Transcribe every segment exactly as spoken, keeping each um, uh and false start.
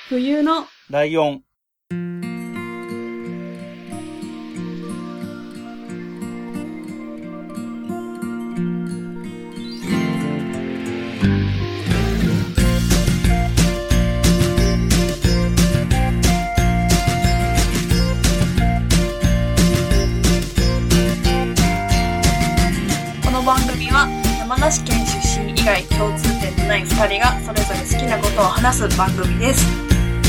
冬のライオン。 この番組は山梨県出身以外共通点のないふたりがそれぞれ好きなことを話す番組です。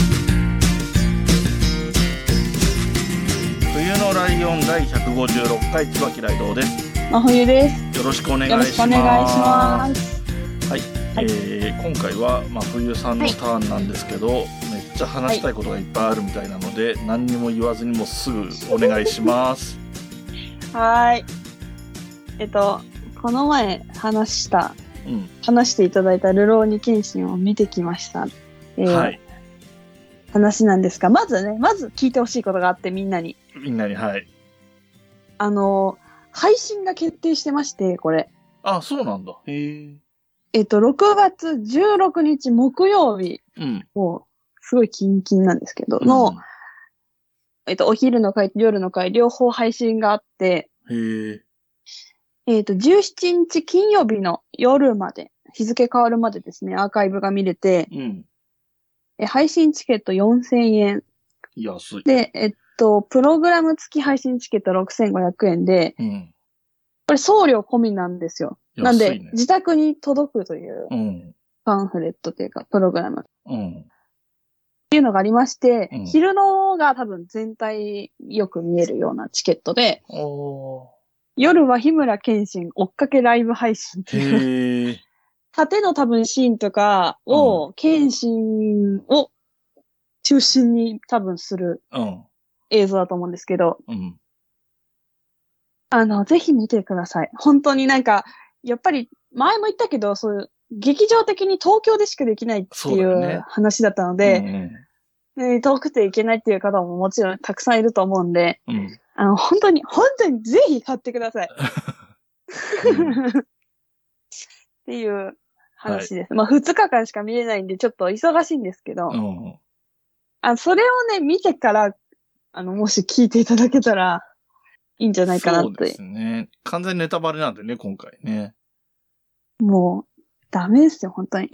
冬のライオン第ひゃくごじゅうろっかい椿ライドウです。 真冬です。 よろしくお願いします。 よろしくお願いします。 はい、はい、えー、今回は真冬さんのターンなんですけど、はい、めっちゃ話したいことがいっぱいあるみたいなので、はい、何にも言わずにもうすぐお願いします。 はい。えっとこの前話した、うん、話していただいたルローニケンシンを見てきました、えーはい、話なんですが、まずね、まず聞いてほしいことがあって、みんなに。 みんなに、はい。 あの、配信が決定してまして、これ。 あ、そうなんだ。へー。 えっと、ろくがつじゅうろくにち木曜日、うん、もう、すごいキンキンなんですけど、の、うん、えっと、お昼の回と夜の回、両方配信があって、 へー。 えっと、じゅうしちにち金曜日の夜まで、日付変わるまでですね、アーカイブが見れて、うん、え配信チケットよんせんえん。 安い。 で、えっと、プログラム付き配信チケットろくせんごひゃくえんで、うん、これ送料込みなんですよ。ね、なんで、自宅に届くというパンフレットというか、プログラム。うん、っていうのがありまして、うん、昼のが多分全体よく見えるようなチケットで、お夜は日村健信追っかけライブ配信っていう。縦の多分シーンとかを、健信を中心に多分する映像だと思うんですけど、うん、あの、ぜひ見てください。本当になんか、やっぱり前も言ったけど、そういう劇場的に東京でしかできないっていう話だったので、ねうんうん、遠くていけないっていう方ももちろんたくさんいると思うんで、うんあの、本当に、本当にぜひ買ってください。うん、っていう話です。はい、まあ、ふつかかんしか見れないんで、ちょっと忙しいんですけど、うん、あそれをね、見てから、あの、もし聞いていただけたら、いいんじゃないかなって。 そうですね。完全ネタバレなんでね、今回ね。 もう、ダメですよ、本当に。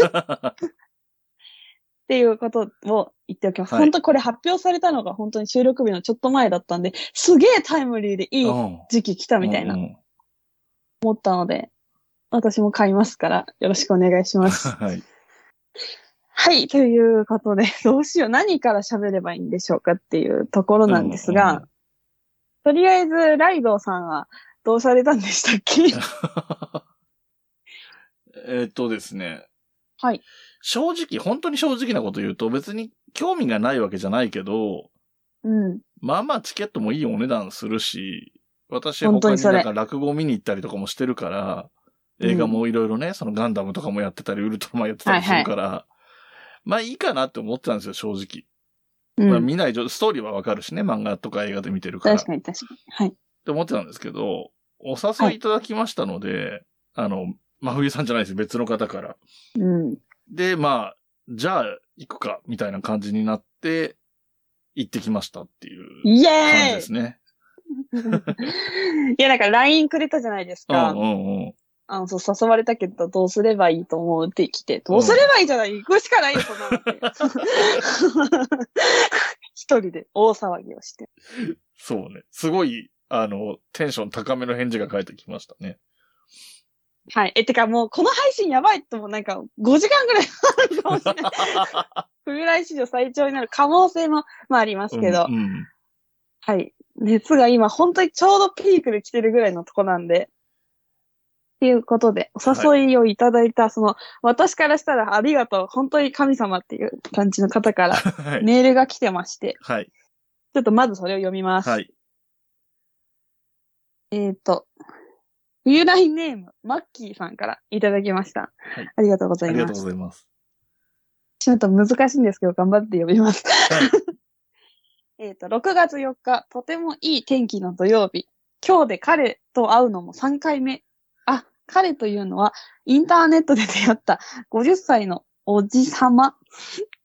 っていうことを言っておきます。はい、本当これ発表されたのが本当に収録日のちょっと前だったんで、すげえタイムリーでいい時期来たみたいな、思ったので、私も買いますから、よろしくお願いします。はい。はい、ということで、どうしよう、何から喋ればいいんでしょうかっていうところなんですが、うんうん、とりあえず、ライドウさんはどうされたんでしたっけえっとですね。 はい。 正直、本当に正直なこと言うと、別に興味がないわけじゃないけど、うん。まあまあチケットもいいお値段するし、私は他になんか落語見に行ったりとかもしてるから、映画もいろいろね、そのガンダムとかもやってたり、ウルトラマンやってたりするから、はいはい、まあいいかなって思ってたんですよ、正直。うん、まあ見ないと、ストーリーはわかるしね、漫画とか映画で見てるから。 確かに確かに。はい。 って思ってたんですけど、お誘いいただきましたので、はい、あの、真冬さんじゃないです、別の方から。うん。で、まあ、じゃあ行くか、みたいな感じになって、行ってきましたっていう感じですね。 いや、なんか ライン くれたじゃないですか。 うんうんうん。 あの、そう、誘われたけど、どうすればいいと思うって来て、どうすればいいじゃない、うん、行くしかないよ、そんなのって。一人で大騒ぎをして。 そうね。すごい、あの、テンション高めの返事が返ってきましたね。 はい。え、てかもう、この配信やばいともなんか、ごじかんぐらいあるかもしれない。冬来史上最長になる可能性も、まあありますけど。うんうん、はい。熱が今、本当にちょうどピークで来てるぐらいのとこなんで。っていうことで、お誘いをいただいた、はい、その、私からしたらありがとう、本当に神様っていう感じの方から、メールが来てまして。はい。ちょっとまずそれを読みます。はい。えっと、冬来ネーム、マッキーさんからいただきました。はい。ありがとうございます。 ありがとうございます。 ちょっと難しいんですけど、頑張って読みます。はい。えっと、ろくがつよっか、とてもいい天気の土曜日。今日で彼と会うのもさんかいめ。あ、彼というのは、インターネットで出会ったごじゅっさいのおじさま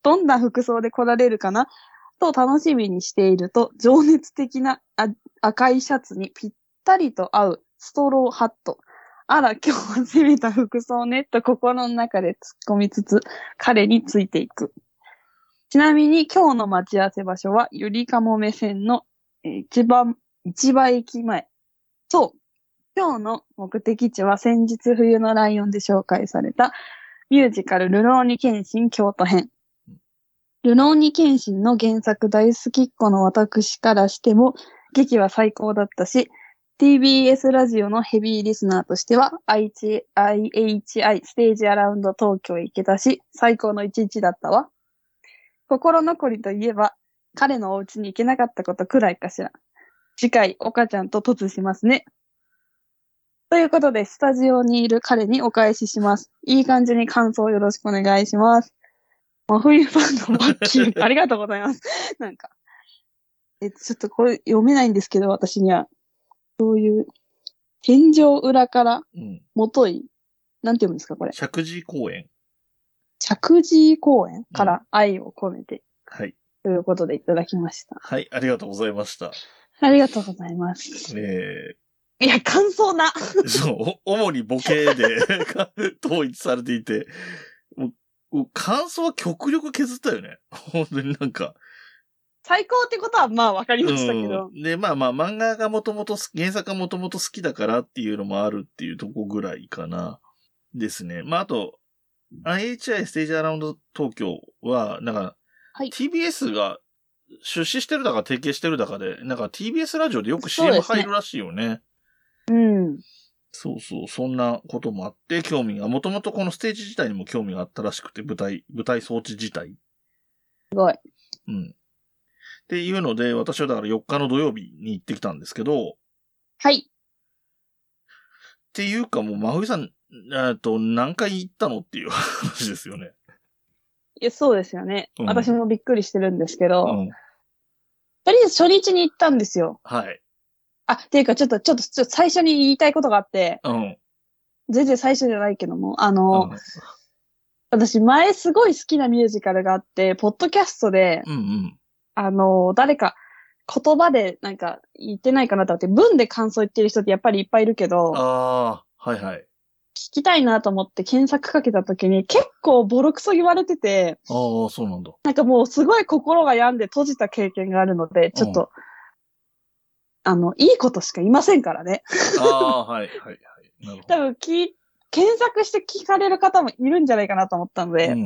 どんな服装で来られるかなと楽しみにしていると、情熱的なあ赤いシャツにぴったりと合うストローハット。あら、今日は攻めた服装ね、と心の中で突っ込みつつ、彼についていく。ちなみに今日の待ち合わせ場所は、ゆりかもめ線の、えー、一番、市場駅前。そう。今日の目的地は先日冬のライオンで紹介されたミュージカルルローニケンシン京都編。ルローニケンシンの原作大好きっ子の私からしても劇は最高だったし、ティービーエス ラジオのヘビーリスナーとしては アイエイチアイ ステージアラウンド東京へ行けたし、最高の一日だったわ。心残りといえば、彼のお家に行けなかったことくらいかしら。次回、岡ちゃんと突しますね。ということで、スタジオにいる彼にお返しします。いい感じに感想をよろしくお願いします。真冬ファンのバッキー、ありがとうございます。なんか、え、ちょっとこれ読めないんですけど、私には。そういう、天井裏からもとい、うん、なんて読むんですか、これ。 石神井公園。 石神井公園から愛を込めて、 うん。はい。 ということでいただきました。 はい、ありがとうございました。 ありがとうございます。 えー、いや、感想な。 そう、主にボケで統一されていて、もう感想は極力削ったよね。本当になんか。 最高ってことはまあわかりましたけど。 うん、で、まあまあ漫画がもともと、原作がもともと好きだからっていうのもあるっていうとこぐらいかな。ですね。まああと、アイエイチアイ ステージアラウンド東京は、なんか、はい、ティービーエス が出資してるだか提携してるだかで、なんか ティービーエス ラジオでよく シーエム 入るらしいよね。 うん。 そうそう、そんなこともあって、興味が、もともとこのステージ自体にも興味があったらしくて、舞台、舞台装置自体。 すごい。 うん。っていうので、私はだからよっかの土曜日に行ってきたんですけど。 はい。 っていうかもう、真冬さん、えっと、何回行ったのっていう話ですよね。 いや、そうですよね。うん、私もびっくりしてるんですけど、うん、とりあえず初日に行ったんですよ。 はい。 あ、っていうかちょっと、ちょっと、ちょっと最初に言いたいことがあって、 うん。 全然最初じゃないけども、あの、うん、私前すごい好きなミュージカルがあって、ポッドキャストで、 うんうん、 あの、誰か言葉でなんか言ってないかなと思って、文で感想言ってる人ってやっぱりいっぱいいるけど、 ああ、はいはい。 聞きたいなと思って検索かけたときに結構ボロクソ言われてて、 ああ、そうなんだ。 なんかもうすごい心が病んで閉じた経験があるので、ちょっと、うん、あの、いいことしか言いませんからね。 ああ、はいはいはい。なるほど。 多分き、検索して聞かれる方もいるんじゃないかなと思ったので、 うんうんうん、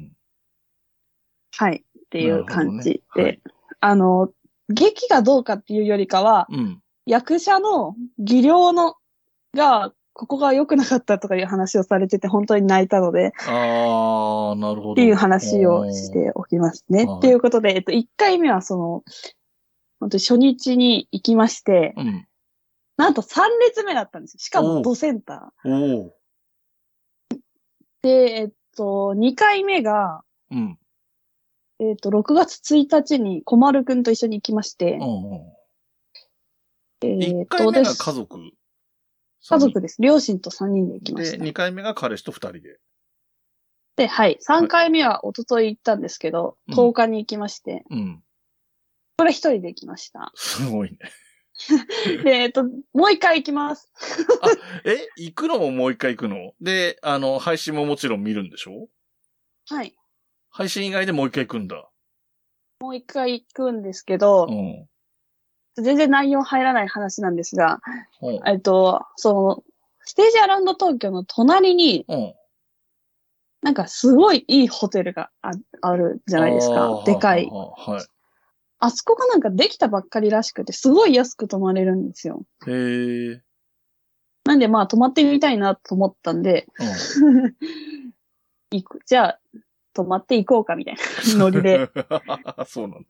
はい、っていう感じで、ねはい、あの、劇がどうかっていうよりかは、 うん、 役者の技量のが、ここが良くなかったとかいう話をされてて本当に泣いたので。 ああ、なるほど。 っていう話をしておきますね。っていうことで、えっと、いっかいめはその、本当に初日に行きまして、 うん、 なんとさん列目だったんですよ。しかもドセンター。おで、えっと、にかいめが、 うん、 えっと、ろくがつついたちに小丸くんと一緒に行きまして、 うんうん、 えー、いっかいめが家族家族です。両親とさんにんで行きました。 で、にかいめが彼氏とふたりで。 で、はい。さんかいめは一昨日行ったんですけど、はい、とおかに行きまして。 うん。 これ一人で行きました。 すごいね。 で、えっと、もう一回行きます。 あ、え行くのももう一回行くので、あの、配信ももちろん見るんでしょ？はい。配信以外でもう一回行くんだ。 もう一回行くんですけど、 うん。 全然内容入らない話なんですが、 うん、 えっと、その、ステージアラウンド東京の隣に、 うん、 なんかすごいいいホテルが あ, あるじゃないですか。でかい。 はははい、 あそこがなんかできたばっかりらしくて、すごい安く泊まれるんですよ。 へー。 なんでまあ泊まってみたいなと思ったんで、うん、行く。じゃあ、泊まっていこうかみたいなノリで。 そうなんだ。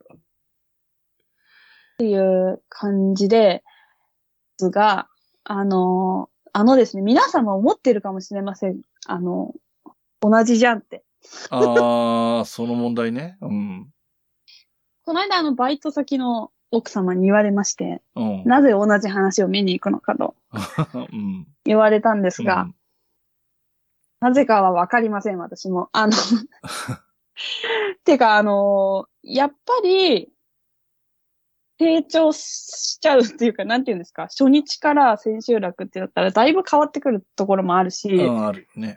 っていう感じで、ですが、あの、あのですね、皆様思ってるかもしれません。あの、同じじゃんって。 ああ、その問題ね。うん。 この間、あの、バイト先の奥様に言われまして、 うん、 なぜ同じ話を見に行くのかと、 うん、 言われたんですが、 うん、 なぜかはわかりません、私も。あの、 てか、あのー、やっぱり、成長しちゃうっていうか、なんていうんですか、初日から千秋楽ってなったら、だいぶ変わってくるところもあるし、 うん、あるよね。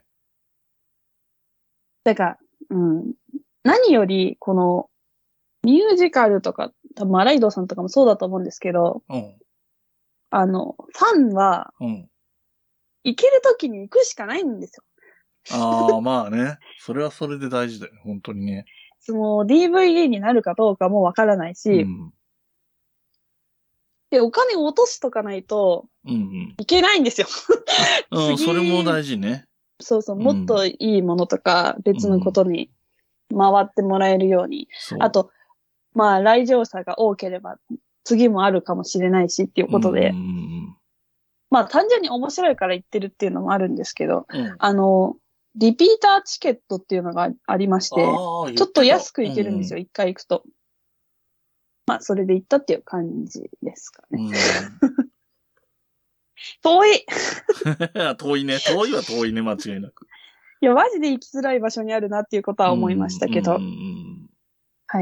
だから、うん。何より、この、ミュージカルとか、多分、アライドさんとかもそうだと思うんですけど、 うん。 あの、ファンは、うん。行けるときに行くしかないんですよ。 ああ、まあね。それはそれで大事だよね、本当にね。 その ディーブイディー になるかどうかもわからないし、うん、で、お金を落としとかないと、うんうん、いけないんですよ。 うん、それも大事ね。 そうそう、もっといいものとか、別のことに回ってもらえるように。うん、あと、まあ、来場者が多ければ、次もあるかもしれないしっていうことで、うん、まあ、単純に面白いから行ってるっていうのもあるんですけど、うん、あの、リピーターチケットっていうのがありまして、ちょっと安く行けるんですよ、一、うん、回行くと。まあ、それで行ったっていう感じですかね。うん、遠い遠いね。遠いは遠いね、間違いなく。 いや、マジで行きづらい場所にあるなっていうことは思いましたけど。うんうん、はい。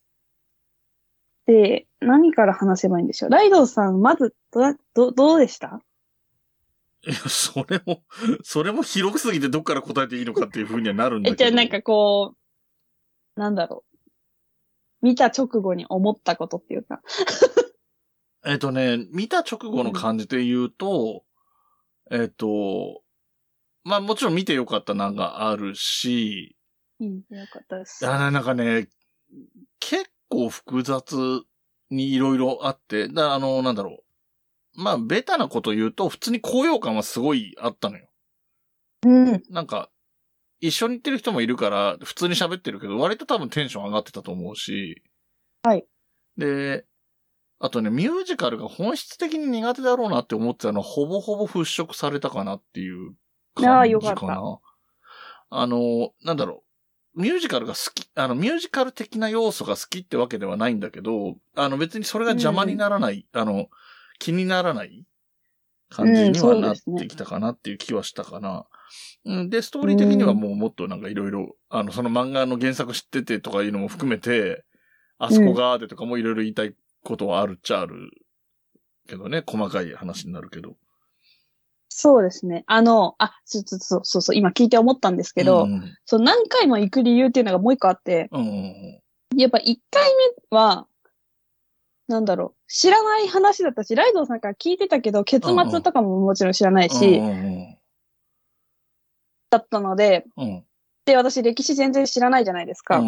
で、何から話せばいいんでしょう。ライドさん、まず、ど、ど、どうでした？ いや、それも、それも広くすぎてどっから答えていいのかっていう風にはなるんだけど。 え、じゃあなんかこう、なんだろう。見た直後に思ったことっていうか。 えっとね、見た直後の感じで言うと、うん、えっと、まあもちろん見てよかったなんかあるし、 うん、よかったです。 あ、なんかね、結構複雑にいろいろあって、だあの、なんだろう。まあ、ベタなこと言うと、普通に高揚感はすごいあったのよ。 うん。 なんか、一緒に行ってる人もいるから、普通に喋ってるけど、割と多分テンション上がってたと思うし。 はい。 で、あとね、ミュージカルが本質的に苦手だろうなって思ってたのは、ほぼほぼ払拭されたかなっていう感じかな。ああ、よかった。あの、なんだろう。ミュージカルが好き、あの、ミュージカル的な要素が好きってわけではないんだけど、あの、別にそれが邪魔にならない、うん、あの、気にならない感じにはなってきたかなっていう気はしたかな。うん、で、ストーリー的にはもうもっとなんかいろいろ、あの、その漫画の原作知っててとかいうのも含めて、あそこがーでとかもいろいろ言いたいことはあるっちゃあるけどね、細かい話になるけど。 そうですね。あの、あ、そうそうそうそうそう、今聞いて思ったんですけど、うん、そう何回も行く理由っていうのがもう一個あって、うん、やっぱ一回目は、なんだろう、知らない話だったし、ライドウさんから聞いてたけど、結末とかももちろん知らないし、うんうん、だったので、うん、で、私歴史全然知らないじゃないですか。うんうん、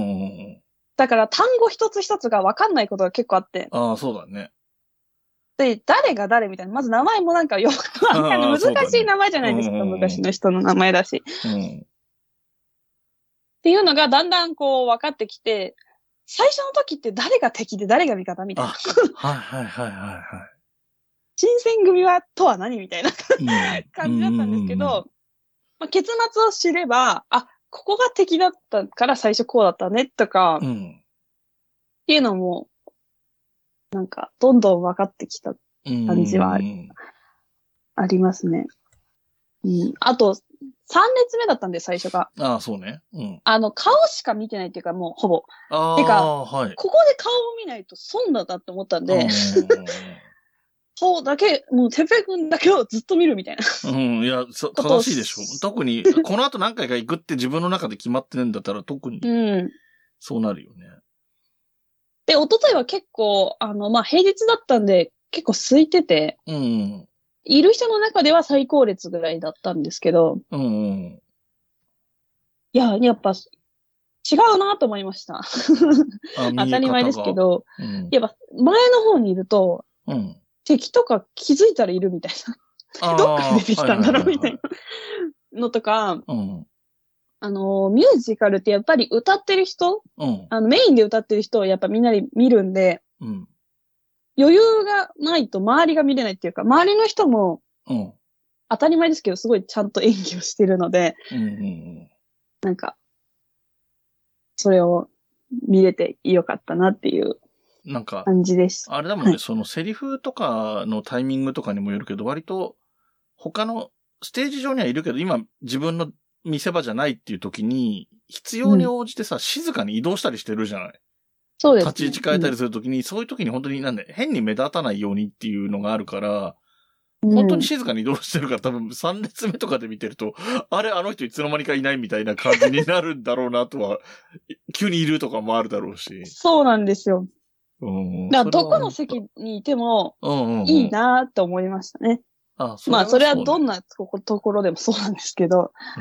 だから単語一つ一つが分かんないことが結構あって。 ああ、そうだね。 で、誰が誰みたいな。まず名前もなんかよくわかんない。難しい名前じゃないですか、ね、昔の人の名前だし、うん。っていうのがだんだんこう分かってきて、最初の時って誰が敵で誰が味方みたいな。 はいはいはいはいはい。 新選組はとは何みたいな感じだったんですけど、まあ、結末を知れば、あ、ここが敵だったから最初こうだったねとか、うん、っていうのも、なんか、どんどん分かってきた感じはあり、ありますね。うん。あと、さん列目だったんで、最初が。 ああ、そうね。うん。 あの、顔しか見てないっていうか、もう、ほぼ。 ああ、 てか、 はい。 ここで顔を見ないと損だなって思ったんで、顔だけ、もう、てっぺいくんだけをずっと見るみたいな。 うん、いや、正しいでしょ。特に、この後何回か行くって自分の中で決まってるんだったら、特に、そうなるよね。 で、一昨日は結構、あの、まあ、平日だったんで、結構空いてて、うん、いる人の中では最高列ぐらいだったんですけど、うん、いや、やっぱ、違うなと思いました。当たり前ですけど、うん、やっぱ、前の方にいると、うん、敵とか気づいたらいるみたいな。どっから出てきたんだろうみたいなのとか、うんあの、ミュージカルってやっぱり歌ってる人、うん、あのメインで歌ってる人をやっぱみんなで見るんで、うん、余裕がないと周りが見れないっていうか、周りの人も、うん、当たり前ですけど、すごいちゃんと演技をしてるので、うんうんうん、なんか、それを見れてよかったなっていう感じです。 なんか、あれだもんね、はい、そのセリフとかのタイミングとかにもよるけど、割と他のステージ上にはいるけど、今自分の見せ場じゃないっていう時に、必要に応じてさ、うん、静かに移動したりしてるじゃない。 そうです、ね。 立ち位置変えたりする時に、うん、そういう時に本当になんで、変に目立たないようにっていうのがあるから、うん、本当に静かに移動してるから多分さん列目とかで見てると、あれ、あの人いつの間にかいないみたいな感じになるんだろうなとは、急にいるとかもあるだろうし。 そうなんですよ。 うん、 だからどこの席にいても、いいなって思いましたね。 うんうんうん、あ、 それはそうね、まあ、それはどんなところでもそうなんですけど。 うん、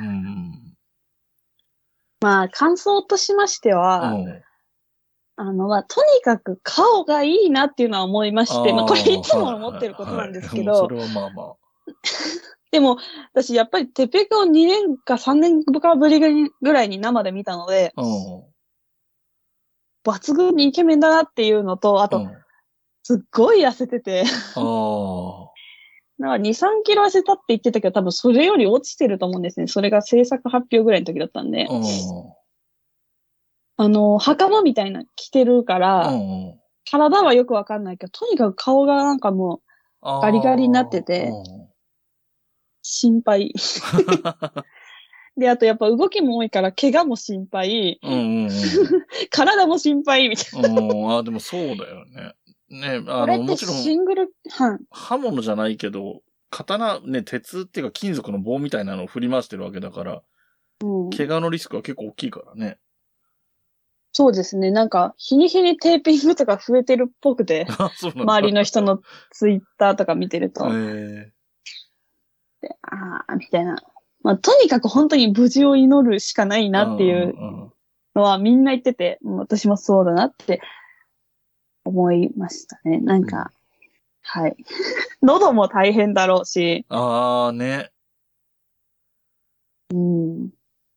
まあ、感想としましては、うん、あの、まあ、とにかく顔がいいなっていうのは思いまして、まあ、これいつも思ってることなんですけど。はいはいはい、 それはまあまあ。 でも、私、やっぱり、てっぺいくんをにねんかさんねんかぶりぐらいに生で見たので、 うん、 抜群にイケメンだなっていうのと、あと、うん、すっごい痩せてて。 ああ。 なんかに、さんキロ痩せたって言ってたけど、多分それより落ちてると思うんですね。それが制作発表ぐらいの時だったんで。 うん、 あの、袴みたいな着てるから、 うん、 体はよくわかんないけど、とにかく顔がなんかもう、ガリガリになってて、心配。で、あとやっぱ動きも多いから、怪我も心配。 うんうんうん、 体も心配みたいな。 うん、あ、でもそうだよね。ね、あの、もちろん、 シングル、はい。 刃物じゃないけど、刀、ね、鉄っていうか金属の棒みたいなのを振り回してるわけだから、うん、怪我のリスクは結構大きいからね。 そうですね。なんか、日に日にテーピングとか増えてるっぽくて、周りの人のツイッターとか見てると。 へー、 で、あー、みたいな。まあ、とにかく本当に無事を祈るしかないなっていうのはみんな言ってて、私もそうだなって思いましたね。なんか、うん、はい。喉も大変だろうし。 あーね。 うん。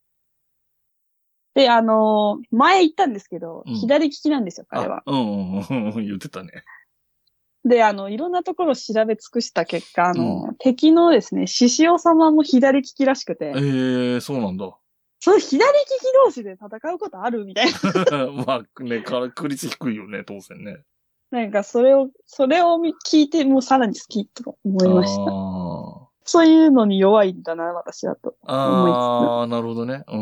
で、あのー、前言ったんですけど、うん、左利きなんですよ、彼は。 うんうんうん、言ってたね。 で、あの、いろんなところを調べ尽くした結果、あの、うん、敵のですね、獅子王様も左利きらしくて。 ええー、そうなんだ。 その左利き同士で戦うことあるみたいな。 まあね、確率低いよね、当然ね。 なんか、それを、それを聞いて、もうさらに好きと思いました。 あ、 そういうのに弱いんだな、私だと思いつつ。 ああ、なるほどね。うん。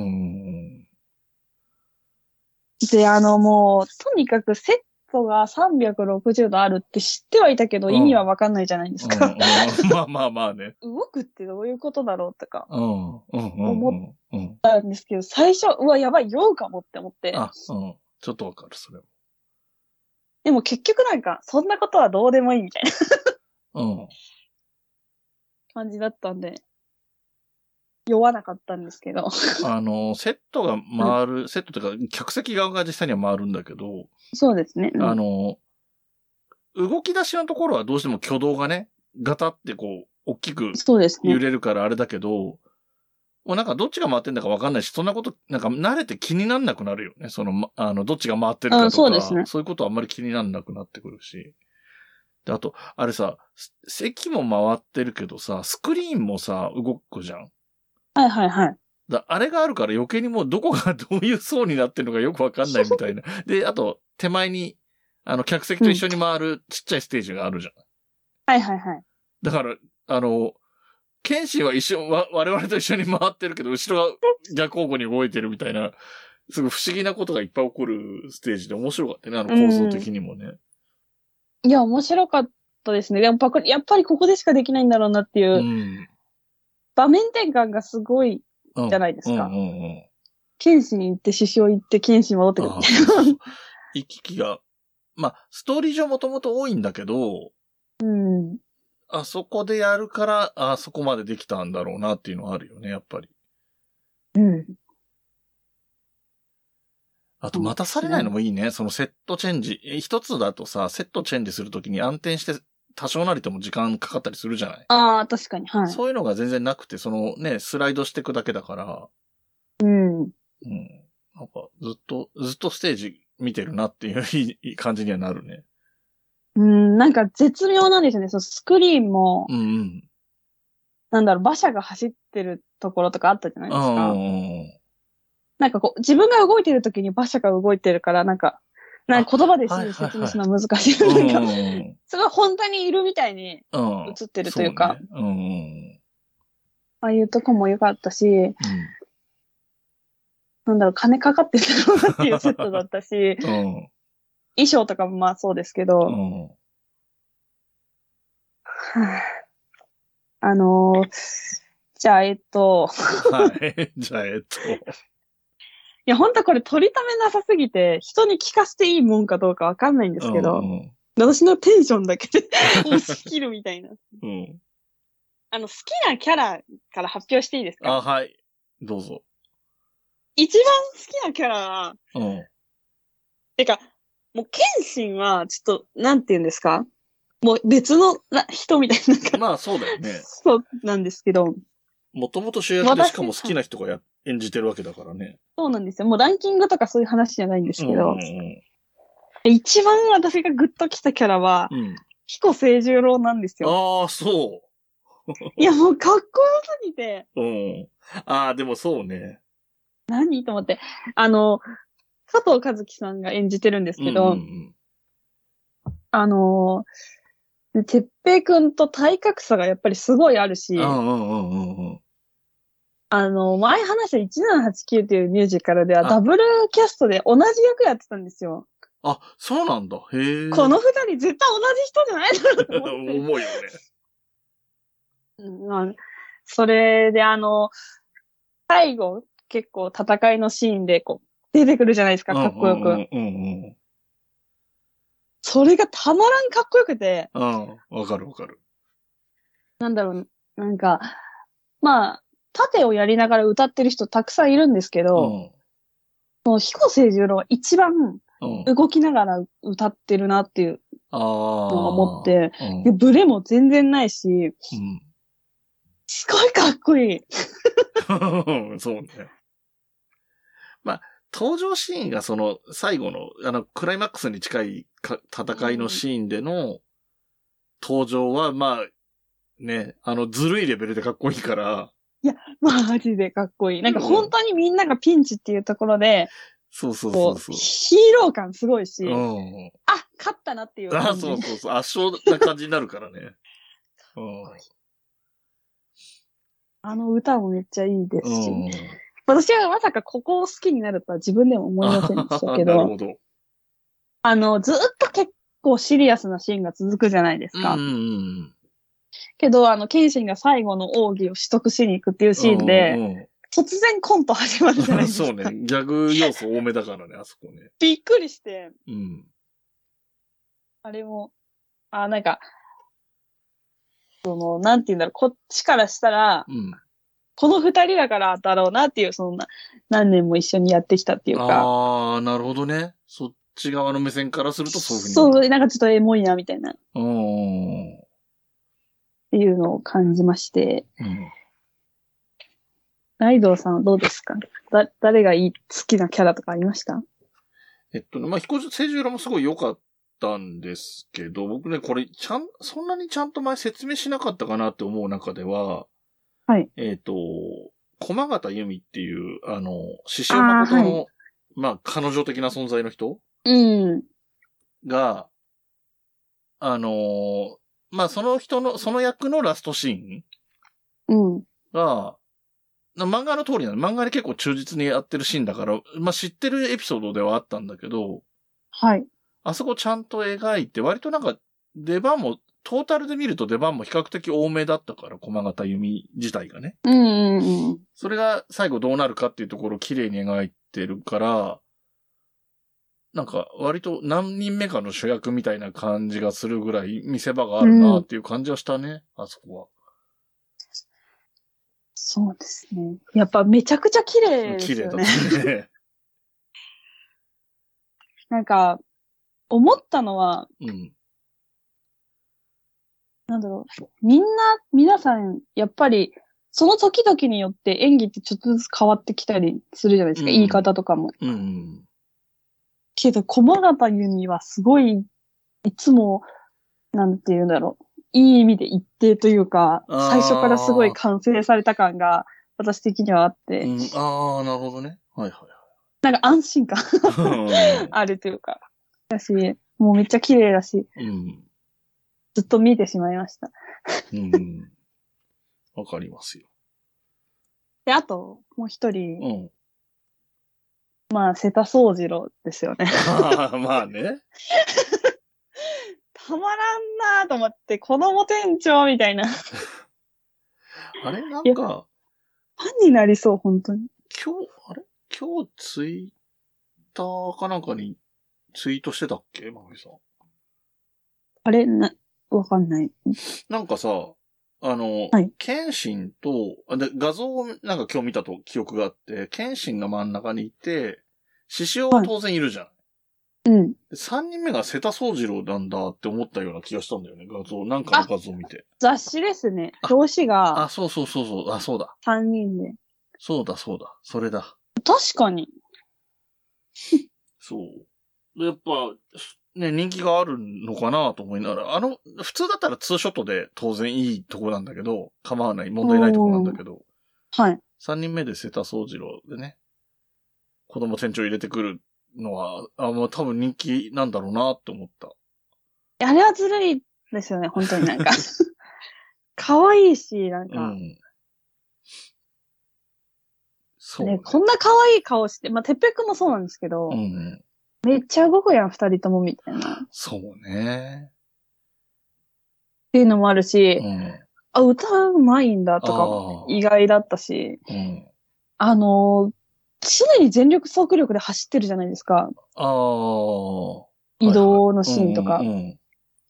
で、あの、もう、とにかくセットがさんびゃくろくじゅうどあるって知ってはいたけど、うん、意味はわかんないじゃないですか。 うんうん、まあまあまあね。 動くってどういうことだろうとか、 うん、 思ったんですけど、最初、うわ、やばい、酔うかもって思って。 あ、うん。ちょっとわかる、それも。 でも結局なんか、そんなことはどうでもいいみたいな。うん。 感じだったんで。酔わなかったんですけど。 あの、セットが回る、うん、セットというか、客席側が実際には回るんだけど。 そうですね。 うん、あの、動き出しのところはどうしても挙動がね、ガタってこう、大きく揺れるからあれだけど、もうなんかどっちが回ってんだかわかんないし、そんなこと、なんか慣れて気になんなくなるよね。その、あの、どっちが回ってるかとか、 そうですね。 そういうことはあんまり気になんなくなってくるし。で、あと、あれさ、席も回ってるけどさ、スクリーンもさ、動くじゃん。 はいはいはい。 だあれがあるから余計にもうどこがどういう層になってるのかよくわかんないみたいな。で、あと、手前に、あの、客席と一緒に回るちっちゃいステージがあるじゃん。うん、 はいはいはい。 だから、あの、剣心は一緒、わ、我々と一緒に回ってるけど、後ろが逆方向に動いてるみたいな、すごい不思議なことがいっぱい起こるステージで面白かったね、あの構造的にもね。 うん、いや、面白かったですね。やっぱ、やっぱりここでしかできないんだろうなっていう、うん、場面転換がすごいじゃないですか。剣心行って獅子王行って剣心戻ってくるみたいな。 行き来が、まあ、ストーリー上もともと多いんだけど、 うん。 あそこでやるから、あそこまでできたんだろうなっていうのはあるよね、やっぱり。 うん。 あと、待たされないのもいいね。そのセットチェンジ。一つだとさ、セットチェンジするときに暗転して多少なりとも時間かかったりするじゃない？ ああ、確かに。はい。 そういうのが全然なくて、そのね、スライドしていくだけだから。 うん。うん。 なんか、ずっと、ずっとステージ見てるなっていういい感じにはなるね。 うん、なんか絶妙なんですよね。そのスクリーンも、 うんうん、 なんだろう、馬車が走ってるところとかあったじゃないですか。 うん、 なんかこう、自分が動いてる時に馬車が動いてるから、なんか、なんか言葉ですぐ説明するのは難しい。はいはいはい、なんか、すごい本当にいるみたいに映ってるというか。 うん、そうね、うん、 ああいうとこも良かったし、うん、 なんだろう、金かかってたろうなっていうセットだったし、うん、衣装とかもまあそうですけど、うん、はあ、あのー、じゃあ、えっと。 はい。じゃあ、えっと。いや、ほんとこれ取りためなさすぎて、人に聞かせていいもんかどうかわかんないんですけど、うんうん、私のテンションだけで押し切るみたいな。うん、あの、好きなキャラから発表していいですか？ あ、はい。どうぞ。 一番好きなキャラは、うん。てか、もう、ケンシンは、ちょっと、なんて言うんですか？もう別の人みたいな。 まあ、そうだよね。 そうなんですけど。 もともと主役でしかも好きな人がや演じてるわけだからね。 そうなんですよ。もうランキングとかそういう話じゃないんですけど。うんうん、一番私がグッときたキャラは、うん、彦清十郎なんですよ。 ああ、そう。 いや、もうかっこよすぎて。 うん。ああ、でもそうね。 何と思って。あの、加藤和樹さんが演じてるんですけど、うんうんうん、あの、てっぺいくんと体格差がやっぱりすごいあるし、うんうんうんうん、あの、前話したいちななはちきゅうというミュージカルではダブルキャストで同じ役やってたんですよ。 あ、そうなんだ。へえ。 この二人絶対同じ人じゃないだろうと思って。 重いよね。 うん、それであの、最後結構戦いのシーンでこう出てくるじゃないですか、かっこよく。うんうんうんうん、それがたまらんかっこよくて。 うん、わかるわかる。 なんだろう、なんか、まあ、盾をやりながら歌ってる人たくさんいるんですけど、うん、その彦清十郎は一番動きながら歌ってるなっていうのを思って、うん、でブレも全然ないし、うん、すごいかっこいい。 そうね。まあ、登場シーンがその最後のあのクライマックスに近いか戦いのシーンでの登場は、まあね、あのずるいレベルでかっこいいから。 いや、マジでかっこいい。なんか本当にみんながピンチっていうところで、 そうそうそうそう。 ヒーロー感すごいし、うん、あ、勝ったなっていう感じ。 あ、そうそうそう。圧勝な感じになるからね。うん、 あの歌もめっちゃいいですし。うん、私はまさかここを好きになるとは自分でも思いませんでしたけど。なるほど。あの、ずっと結構シリアスなシーンが続くじゃないですか。うんうんうん、けど、あの、謙信が最後の奥義を取得しに行くっていうシーンで、うんうん、突然コント始まるじゃないですか。 そうね。ギャグ要素多めだからね、あそこね。 びっくりして。うん。あれも、あ、なんか、その、なんて言うんだろう、こっちからしたら、うん、この二人だからだろうなっていう、そんな、何年も一緒にやってきたっていうか。 ああ、なるほどね。そっち側の目線からするとそういうふうに。 そう、なんかちょっとエモいな、みたいな。うん。っていうのを感じまして。うん。ライドウさんはどうですか？だ、誰がいい、好きなキャラとかありました？ えっとね、まあ、彦清十郎もすごい良かったんですけど、僕ね、これ、ちゃん、そんなにちゃんと前説明しなかったかなって思う中では、はい。えっと、駒形由美っていう、あの、獅子王誠の、はい、まあ、彼女的な存在の人うん。が、あのー、まあ、その人の、その役のラストシーンうん。が、漫画の通りなの。漫画で結構忠実にやってるシーンだから、まあ、知ってるエピソードではあったんだけど、はい。あそこちゃんと描いて、割となんか、出番も、トータルで見ると出番も比較的多めだったから、駒形由美自体がね。うんうんうん。それが最後どうなるかっていうところを綺麗に描いてるから、なんか割と何人目かの主役みたいな感じがするぐらい見せ場があるなっていう感じはしたね、うん、あそこは。そうですね。やっぱめちゃくちゃ綺麗ですよね。綺麗だね。なんか、思ったのは、うん、なんだろう、みんな、皆さん、やっぱり、その時々によって演技ってちょっとずつ変わってきたりするじゃないですか、うん、言い方とかも。うん、けど、駒形由美はすごい、いつも、なんて言うんだろう、いい意味で一定というか、最初からすごい完成された感が、私的にはあって。うん、ああ、なるほどね。はいはいはい。なんか安心感あるというか。だし、もうめっちゃ綺麗だし、うん、ずっと見てしまいました。うん。わかりますよ。で、あと、もう一人、うん、 まあ、瀬田宗次郎ですよね。 まあね。 たまらんなーと思って、子供店長みたいな。 あれなんか。 ファンになりそう、本当に。 今日、あれ今日ツイッターかなんかにツイートしてたっけまみさん。 あれな、わかんない。 なんかさ、あの、はい、謙信と、で、画像をなんか今日見たと記憶があって、謙信が真ん中にいて、獅子王は当然いるじゃん。はい、うん。三人目が瀬田宗次郎なんだって思ったような気がしたんだよね、画像。なんかの画像を見て。 雑誌ですね。表紙が。 あ、そうそうそうそう。あ、そうだ。 三人で。 そうだ、そうだ。それだ。 確かに。 そう。やっぱ、ね、人気があるのかなと思いながら、あの、普通だったらツーショットで当然いいとこなんだけど、構わない、問題ないとこなんだけど、 はい。 三人目で瀬田宗次郎でね、子供店長入れてくるのは、あ、もう多分人気なんだろうなって思った。 あれはずるいですよね、本当になんか。可愛いし、なんか。うん、そうね。ね、こんな可愛い顔して、まあ、てっぺくんもそうなんですけど、うん、めっちゃ動くやん、二人ともみたいな。 そうね。 っていうのもあるし、うん、あ、歌うまいんだとか意外だったし、うん、あの、常に全力走力で走ってるじゃないですか。ああ。移動のシーンとか。はいはいうんうん、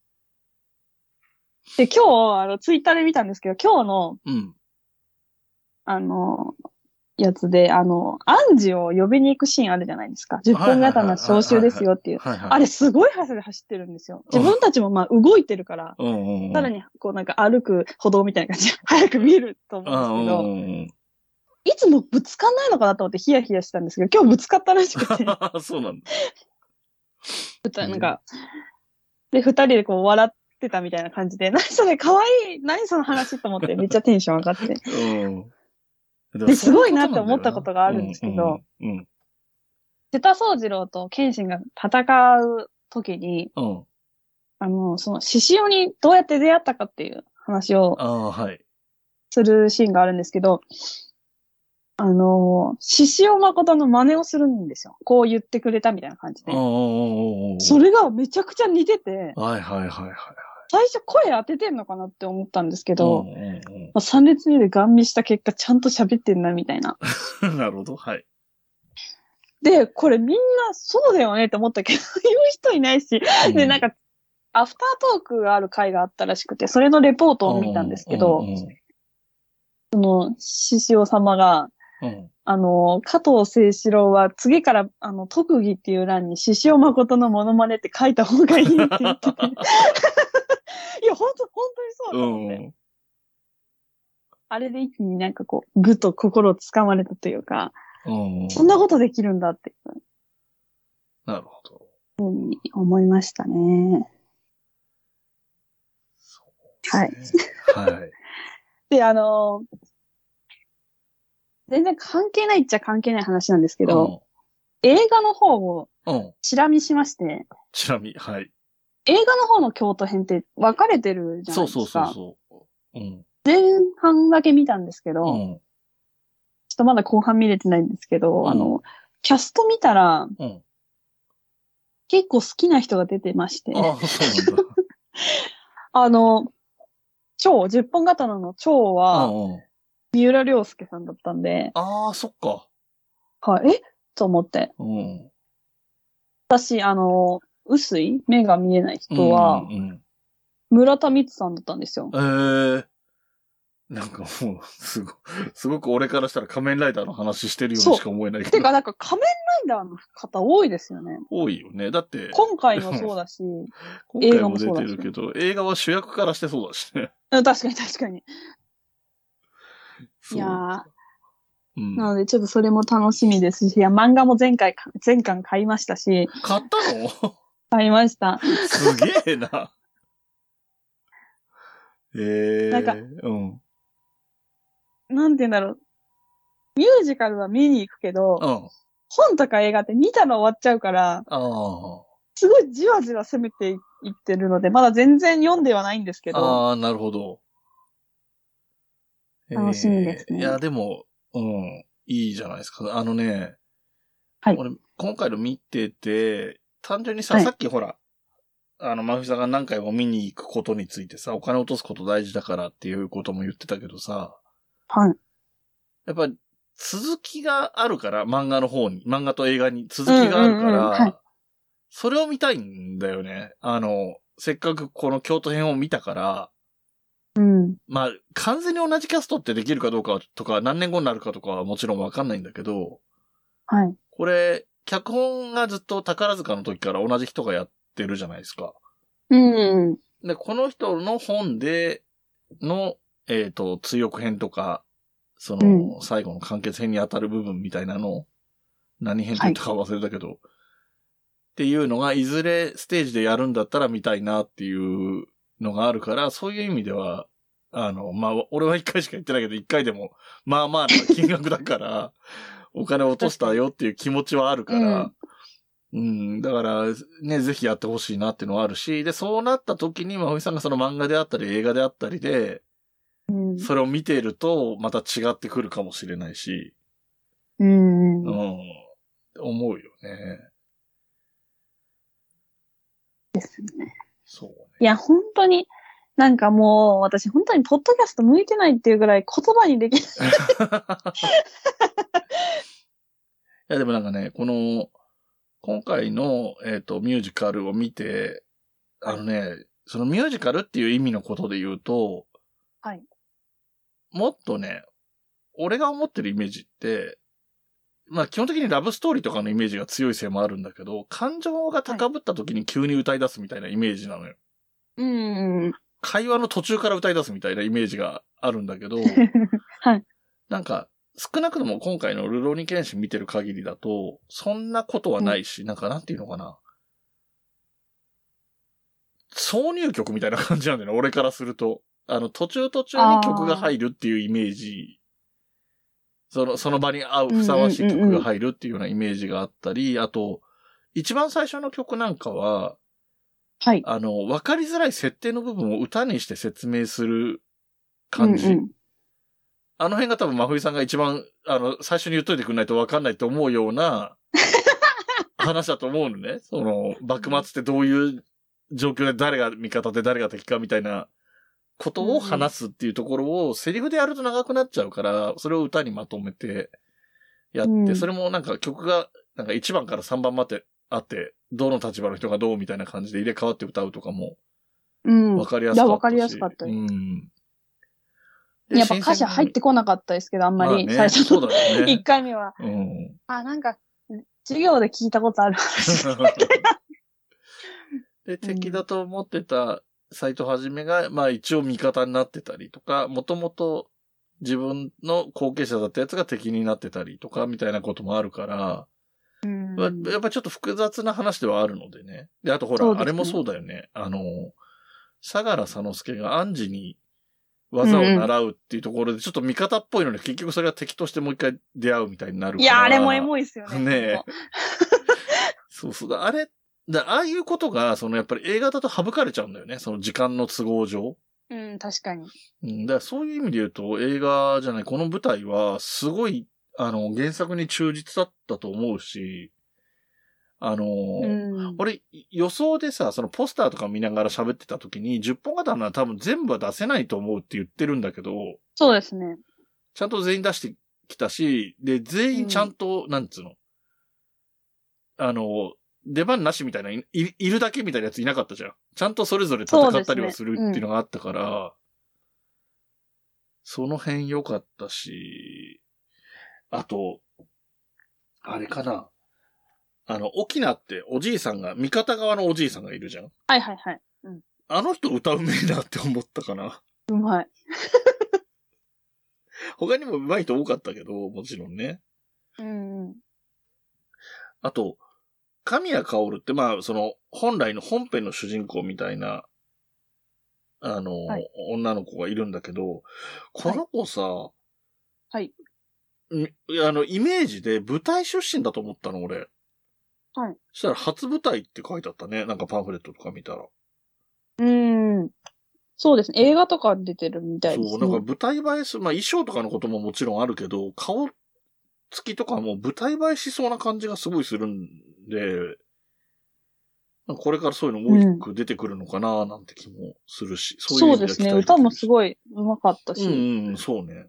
で、今日、あの、ツイッターで見たんですけど、今日の、うん、あの、やつで、あの、アンジを呼びに行くシーンあるじゃないですか。じゅっぽん刀招集ですよっていう。あれすごい速さで走ってるんですよ。自分たちもまあ動いてるから、うんうんうん、さらにこうなんか歩く歩道みたいな感じで速く見えると思うんですけど、いつもぶつかんないのかなと思ってヒヤヒヤしたんですけど、今日ぶつかったらしくて。 そうなんだ。なんか、で、二人でこう笑ってたみたいな感じで、何それかわいい何その話と思ってめっちゃテンション上がって。うんですごいなって思ったことがあるんですけど、うんうん、瀬田宗次郎と謙信が戦うときに、うん、あの、その、獅子王にどうやって出会ったかっていう話を、するシーンがあるんですけど、あの、獅子王誠の真似をするんですよ。こう言ってくれたみたいな感じで。それがめちゃくちゃ似てて、はいはいはいはい。最初声当ててんのかなって思ったんですけど、うんうんうんまあ、さん列目でガン見した結果ちゃんと喋ってんなみたいな。 なるほど、はい。 で、これみんなそうだよねって思ったけど、言う人いないし、うん、で、なんか、アフタートークがある回があったらしくて、それのレポートを見たんですけど、うんうんうん、その、獅子王様が、うん、あの、加藤清史郎は次から、あの、特技っていう欄に獅子王誠のモノマネって書いた方がいいって言ってて。いや、ほんと、ほんとにそうだと思って。うん、あれで一気になんかこう、ぐっと心をつかまれたというか、うん、そんなことできるんだって。 なるほど。 ふうに思いましたね。 そうですね。はい。はい。 で、あの、全然関係ないっちゃ関係ない話なんですけど、うん、映画の方を、チラ見しまして。 チラ見、はい。 映画の方の京都編って分かれてるじゃないですか。そうそうそうそう。うん、前半だけ見たんですけど、うん、ちょっとまだ後半見れてないんですけど、うん、あの、キャスト見たら、うん、結構好きな人が出てまして。ああ、そうなんだ。あの、蝶、十本刀の蝶は、うんうん、三浦亮介さんだったんで。 ああ、そっか。 はい、えと思って。うん、私、あの、薄い目が見えない人は、うんうん、村田光さんだったんですよ。 ええー。なんかもう、すご、すごく俺からしたら仮面ライダーの話してるようにしか思えないけど。 てか、なんか仮面ライダーの方多いですよね。 多いよね。だって。 今回もそうだし、 今回も出てるけど、映画は主役からしてそうだしね。 確かに確かに。いやー。うん、なので、ちょっとそれも楽しみですし、いや、漫画も前回、前巻買いましたし。 買ったの？ 買いました。 すげえな。えー。 なんか、うん。なんて言うんだろう。ミュージカルは見に行くけど、うん、本とか映画って見たら終わっちゃうから、あすごいじわじわ攻めていってるので、まだ全然読んではないんですけど。 ああ、なるほど。 楽しみですね、 えー。いや、でも、うん、いいじゃないですか。あのね、 はい。 俺、今回の見てて、単純にさ、はい、さっきほら、あの、マフィさんが何回も見に行くことについてさ、お金落とすこと大事だからっていうことも言ってたけどさ、 はい。 やっぱり、続きがあるから、漫画の方に、漫画と映画に続きがあるから、うんうんうんはい、それを見たいんだよね。あの、せっかくこの京都編を見たから、 うん。 まあ、完全に同じキャストってできるかどうかとか、何年後になるかとかはもちろんわかんないんだけど、 はい。 これ、脚本がずっと宝塚の時から同じ人がやってるじゃないですか。 うん。 で、この人の本での、えっと、追憶編とか、その、うん、最後の完結編に当たる部分みたいなのを、何編って言ったか忘れたけど、はい、っていうのが、いずれステージでやるんだったら見たいなっていうのがあるから、そういう意味では、あの、まあ、俺は一回しか言ってないけど、一回でも、まあまあな金額だから、お金落としたよっていう気持ちはあるから、うん、うん、だから、ね、ぜひやってほしいなっていうのはあるし、で、そうなった時に、まふみさんがその漫画であったり、映画であったりで、うん、それを見ていると、また違ってくるかもしれないし、 うん。 うん。思うよね。 ですね。 そうね。 いや、本当に、なんかもう、私本当にポッドキャスト向いてないっていうぐらい言葉にできない。 いや、でもなんかね、この、今回の、えっと、ミュージカルを見て、あのね、そのミュージカルっていう意味のことで言うと、 はい。 もっとね、俺が思ってるイメージって、まあ基本的にラブストーリーとかのイメージが強いせいもあるんだけど、感情が高ぶった時に急に歌い出すみたいなイメージなのよ。 うん。 会話の途中から歌い出すみたいなイメージがあるんだけど、 はい。 なんか、少なくとも今回のルローニケンシン見てる限りだと、そんなことはないし、うん、なんかなんていうのかな。挿入曲みたいな感じなんだよね、俺からすると。あの、途中途中に曲が入るっていうイメージ。その、その場に合うふさわしい曲が入るっていうようなイメージがあったり、うんうんうん、あと、一番最初の曲なんかは、 はい。 あの、わかりづらい設定の部分を歌にして説明する感じ。うんうん、あの辺が多分、真冬さんが一番、あの、最初に言っといてくんないとわかんないと思うような話だと思うのね。その、幕末ってどういう状況で誰が味方で誰が敵かみたいなことを話すっていうところをセリフでやると長くなっちゃうから、それを歌にまとめてやって、うん、それもなんか曲がなんかいちばんからさんばんまであって、どの立場の人がどうみたいな感じで入れ替わって歌うとかも、わかりやすかったし。うん、いや、 わかりやすかったです。 うん。 やっぱ歌詞入ってこなかったですけど、あんまり、最初のいっかいめは。 うん、 あ、なんか、授業で聞いたことある話で、敵だと思ってた斎藤はじめが、まあ一応味方になってたりとか、もともと自分の後継者だったやつが敵になってたりとか、みたいなこともあるから、 うん、 やっぱちょっと複雑な話ではあるのでね。で、あとほら、ね、あれもそうだよね。あの、相良佐之助が暗示に技を習うっていうところで、ちょっと味方っぽいのに、結局それが敵としてもう一回出会うみたいになるから。 いや、あれもエモいっすよね。 ねえ。そうそう。あれ、だああいうことが、そのやっぱり映画だと省かれちゃうんだよね。その時間の都合上。 うん、確かに。 うん、だからそういう意味で言うと、映画じゃない、この舞台は、すごい、あの、原作に忠実だったと思うし、あの、うん、俺、予想でさ、そのポスターとか見ながら喋ってた時に、じゅっぽん刀は多分全部は出せないと思うって言ってるんだけど、 そうですね。 ちゃんと全員出してきたし、で、全員ちゃんと、うん、なんつうの、あの、出番なしみたいな、い、いるだけみたいなやついなかったじゃん。ちゃんとそれぞれ戦ったりはするっていうのがあったから、そ, ねうん、その辺良かったし、あと、あれかな。あの、沖縄っておじいさんが、味方側のおじいさんがいるじゃん。 はいはいはい。うん、 あの人歌うめえなって思ったかな。 うまい。 他にもうまい人多かったけど、もちろんね。 うん。 あと、神谷薫って、まあ、その、本来の本編の主人公みたいな、あの、はい、女の子がいるんだけど、この子さ、 はい。 あの、イメージで舞台出身だと思ったの、俺。 はい。 そしたら初舞台って書いてあったね。なんかパンフレットとか見たら。 うーん。そうですね。映画とか出てるみたいですね。 そう、なんか舞台映えする、まあ衣装とかのことももちろんあるけど、顔付きとかも舞台映えしそうな感じがすごいするんで、これからそういうのもう一個出てくるのかななんて気もするし、 うん、そういう意味では期待できるし。そうですね。歌もすごい上手かったし。 うんうん、そうね。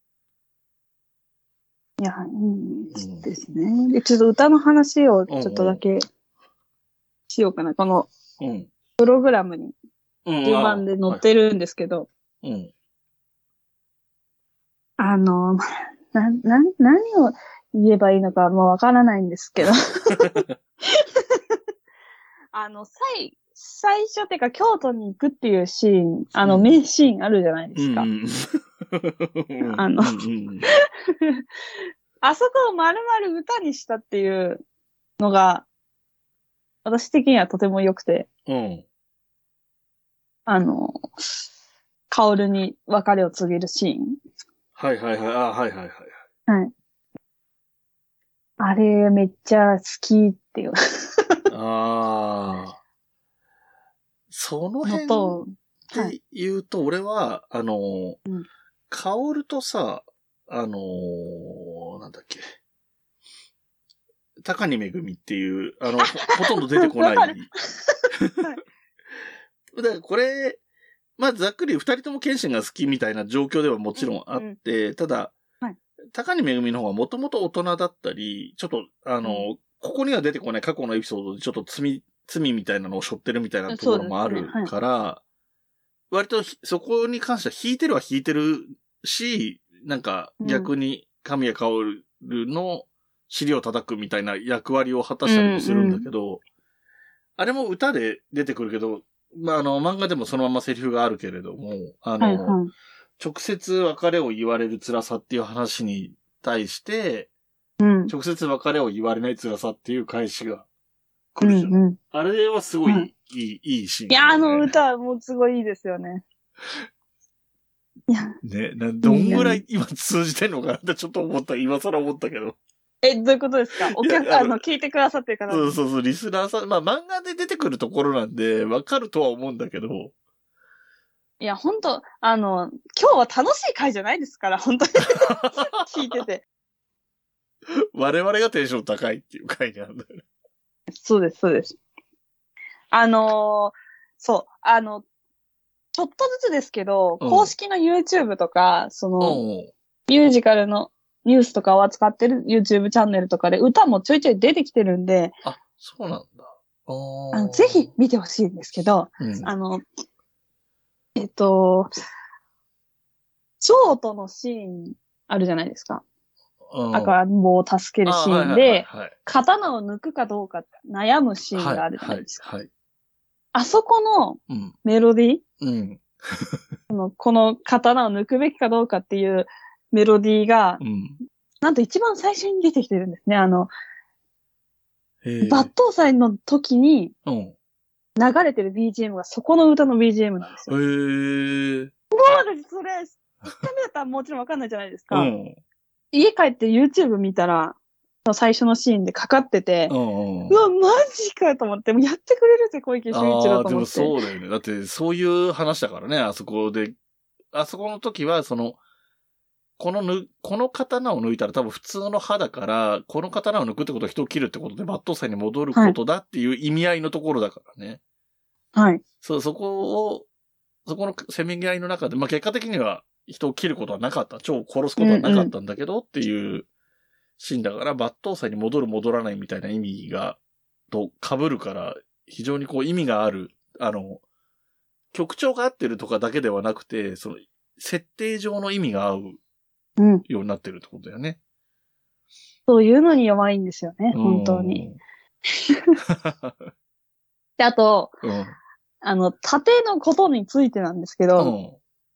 いや、いいですね。うん、で、ちょっと歌の話をちょっとだけしようかな。この、プログラムに、順番で載ってるんですけど、 うん、 あの、な、な、何を言えばいいのかもうわからないんですけど。あの、最、最初っていうか、京都に行くっていうシーン、あの、名シーンあるじゃないですか。うんうん、あの、あそこを丸々歌にしたっていうのが、私的にはとても良くて。 うん。 あの、カオルに別れを告げるシーン。 はいはいはい。あ、はいはいはい。 はい。あれめっちゃ好きっていう。 ああ。その辺って言うと、俺は、あの、うん、カオルとさ、あのー、なんだっけ。高荷めぐみっていう、あの、ほ, ほとんど出てこない。はい、だからこれ、まあ、ざっくり二人とも謙信が好きみたいな状況ではもちろんあって、うんうん、ただ、はい、高荷めぐみの方がもともと大人だったり、ちょっと、あの、うん、ここには出てこない過去のエピソードでちょっと罪、罪みたいなのを背負ってるみたいなところもあるから、ねはい、割とそこに関しては引いてるは引いてるし、なんか逆に神谷薫の尻を叩くみたいな役割を果たしたりもするんだけど、うんうん、あれも歌で出てくるけど、まあ、あの、漫画でもそのままセリフがあるけれども、あの、はいはい、直接別れを言われる辛さっていう話に対して、うん、直接別れを言われない辛さっていう返しが来るじゃん。うんうん、あれはすごいいい、うん、いいシーン、ね。 いや、あの歌はもうすごいいいですよね。 いや。ね、な、どんぐらい今通じてんのかなってちょっと思った、今更思ったけど。 え、どういうことですか？お客さんの聞いてくださってる方。 そうそうそう、リスナーさん、まあ漫画で出てくるところなんで、わかるとは思うんだけど。 いや、ほんと、あの、今日は楽しい回じゃないですから、本当に。聞いてて。 我々がテンション高いっていう回なんだよね。 そうです、そうです。あのー、そう、あの、ちょっとずつですけど、うん、公式の YouTube とか、その、ミュージカルのニュースとかを扱ってる YouTube チャンネルとかで歌もちょいちょい出てきてるんで、 あ、そうなんだ。 あのぜひ見てほしいんですけど、うん、あの、えっと、ショートのシーンあるじゃないですか。赤ん坊を助けるシーンで、刀を抜くかどうか悩むシーンがあるじゃないですか。はいはいはい、あそこのメロディー、うん、この、この刀を抜くべきかどうかっていうメロディーが、うん、なんと一番最初に出てきてるんですね。あの、抜刀祭の時に流れてる ビージーエム がそこの歌の ビージーエム なんですよ。へー。もう私それ、一回目だったらもちろんわかんないじゃないですか。うん、家帰って YouTube 見たら、最初のシーンでかかってて、うん、うわ、マジかと思って、もうやってくれるぜ、小池秀一郎と思って。ああ、でもそうだよね。だってそういう話だからね、あそこで。あそこの時は、その、このぬ、この刀を抜いたら多分普通の刃だから、この刀を抜くってことは人を切るってことで、抜刀斎に戻ることだっていう意味合いのところだからね。 はい。 そう、そこを、そこのせめぎ合いの中で、まあ、結果的には人を切ることはなかった。蝶を殺すことはなかったんだけど、っていうシーンだから、抜刀斎に戻る戻らないみたいな意味が、と被るから、非常にこう意味がある、あの、曲調が合ってるとかだけではなくて、その、設定上の意味が合うようになってるってことだよね。 そういうのに弱いんですよね、本当に。で、あと、うん、あの、盾のことについてなんですけど、うん、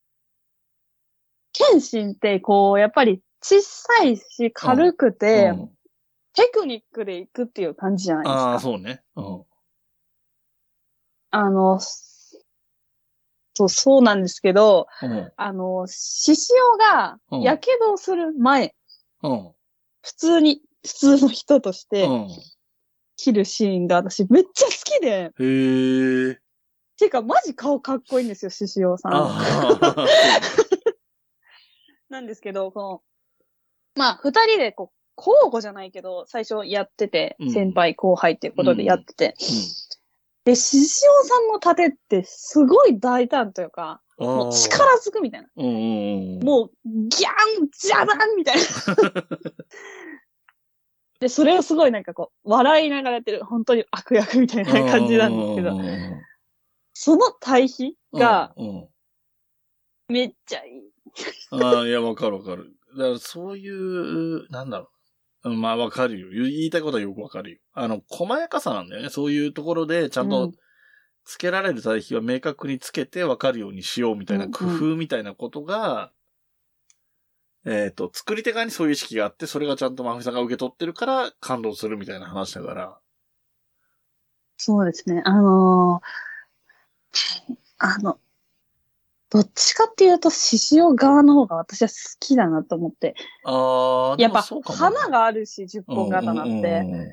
謙信ってこう、やっぱり小さいし軽くて、うんうん、テクニックでいくっていう感じじゃないですか。 ああ、そうね。うん、 あの、そう、そうなんですけど、うん、あの、獅子王が、やけどをする前、うん、普通に、普通の人として、切るシーンが私めっちゃ好きで。へー。ていうか、マジ顔かっこいいんですよ、獅子王さん。なんですけど、この、まあ、二人でこう、 交互じゃないけど、最初やってて、うん、先輩後輩っていうことでやってて。うんうん、で、獅子王さんの盾ってすごい大胆というか、もう力ずくみたいな。うんうんうん、もう、ギャン、ジャバンみたいな。で、それをすごいなんかこう、笑いながらやってる、本当に悪役みたいな感じなんですけど、その対比が、めっちゃいい。 ああ、いや、わかるわかる。だからそういう、なんだろう。まあわかるよ。言いたいことはよくわかるよ。あの、細やかさなんだよね。そういうところで、ちゃんと、つけられる対比は明確につけてわかるようにしようみたいな工夫みたいなことが、うんうん、えっと、作り手側にそういう意識があって、それがちゃんとまふみさんが受け取ってるから感動するみたいな話だから。 そうですね。あのー、あの、どっちかっていうと、獅子王側の方が私は好きだなと思って。ああ、やっぱ、花があるし、じゅっぽん刀って。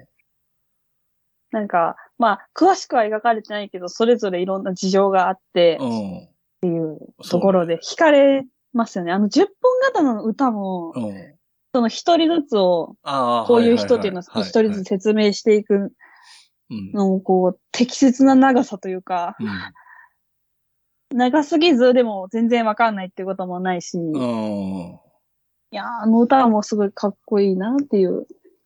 なんか、まあ、詳しくは描かれてないけど、それぞれいろんな事情があって、うん、っていうところで惹かれますよね。あの、じゅっぽん刀の歌も、うん、その一人ずつを、こういう人っていうのを一人ずつ説明していくのを、こう、適切な長さというか、うん、長すぎずでも全然わかんないっていうこともないし、うん、いやー、あの歌もすごいかっこいいなっていう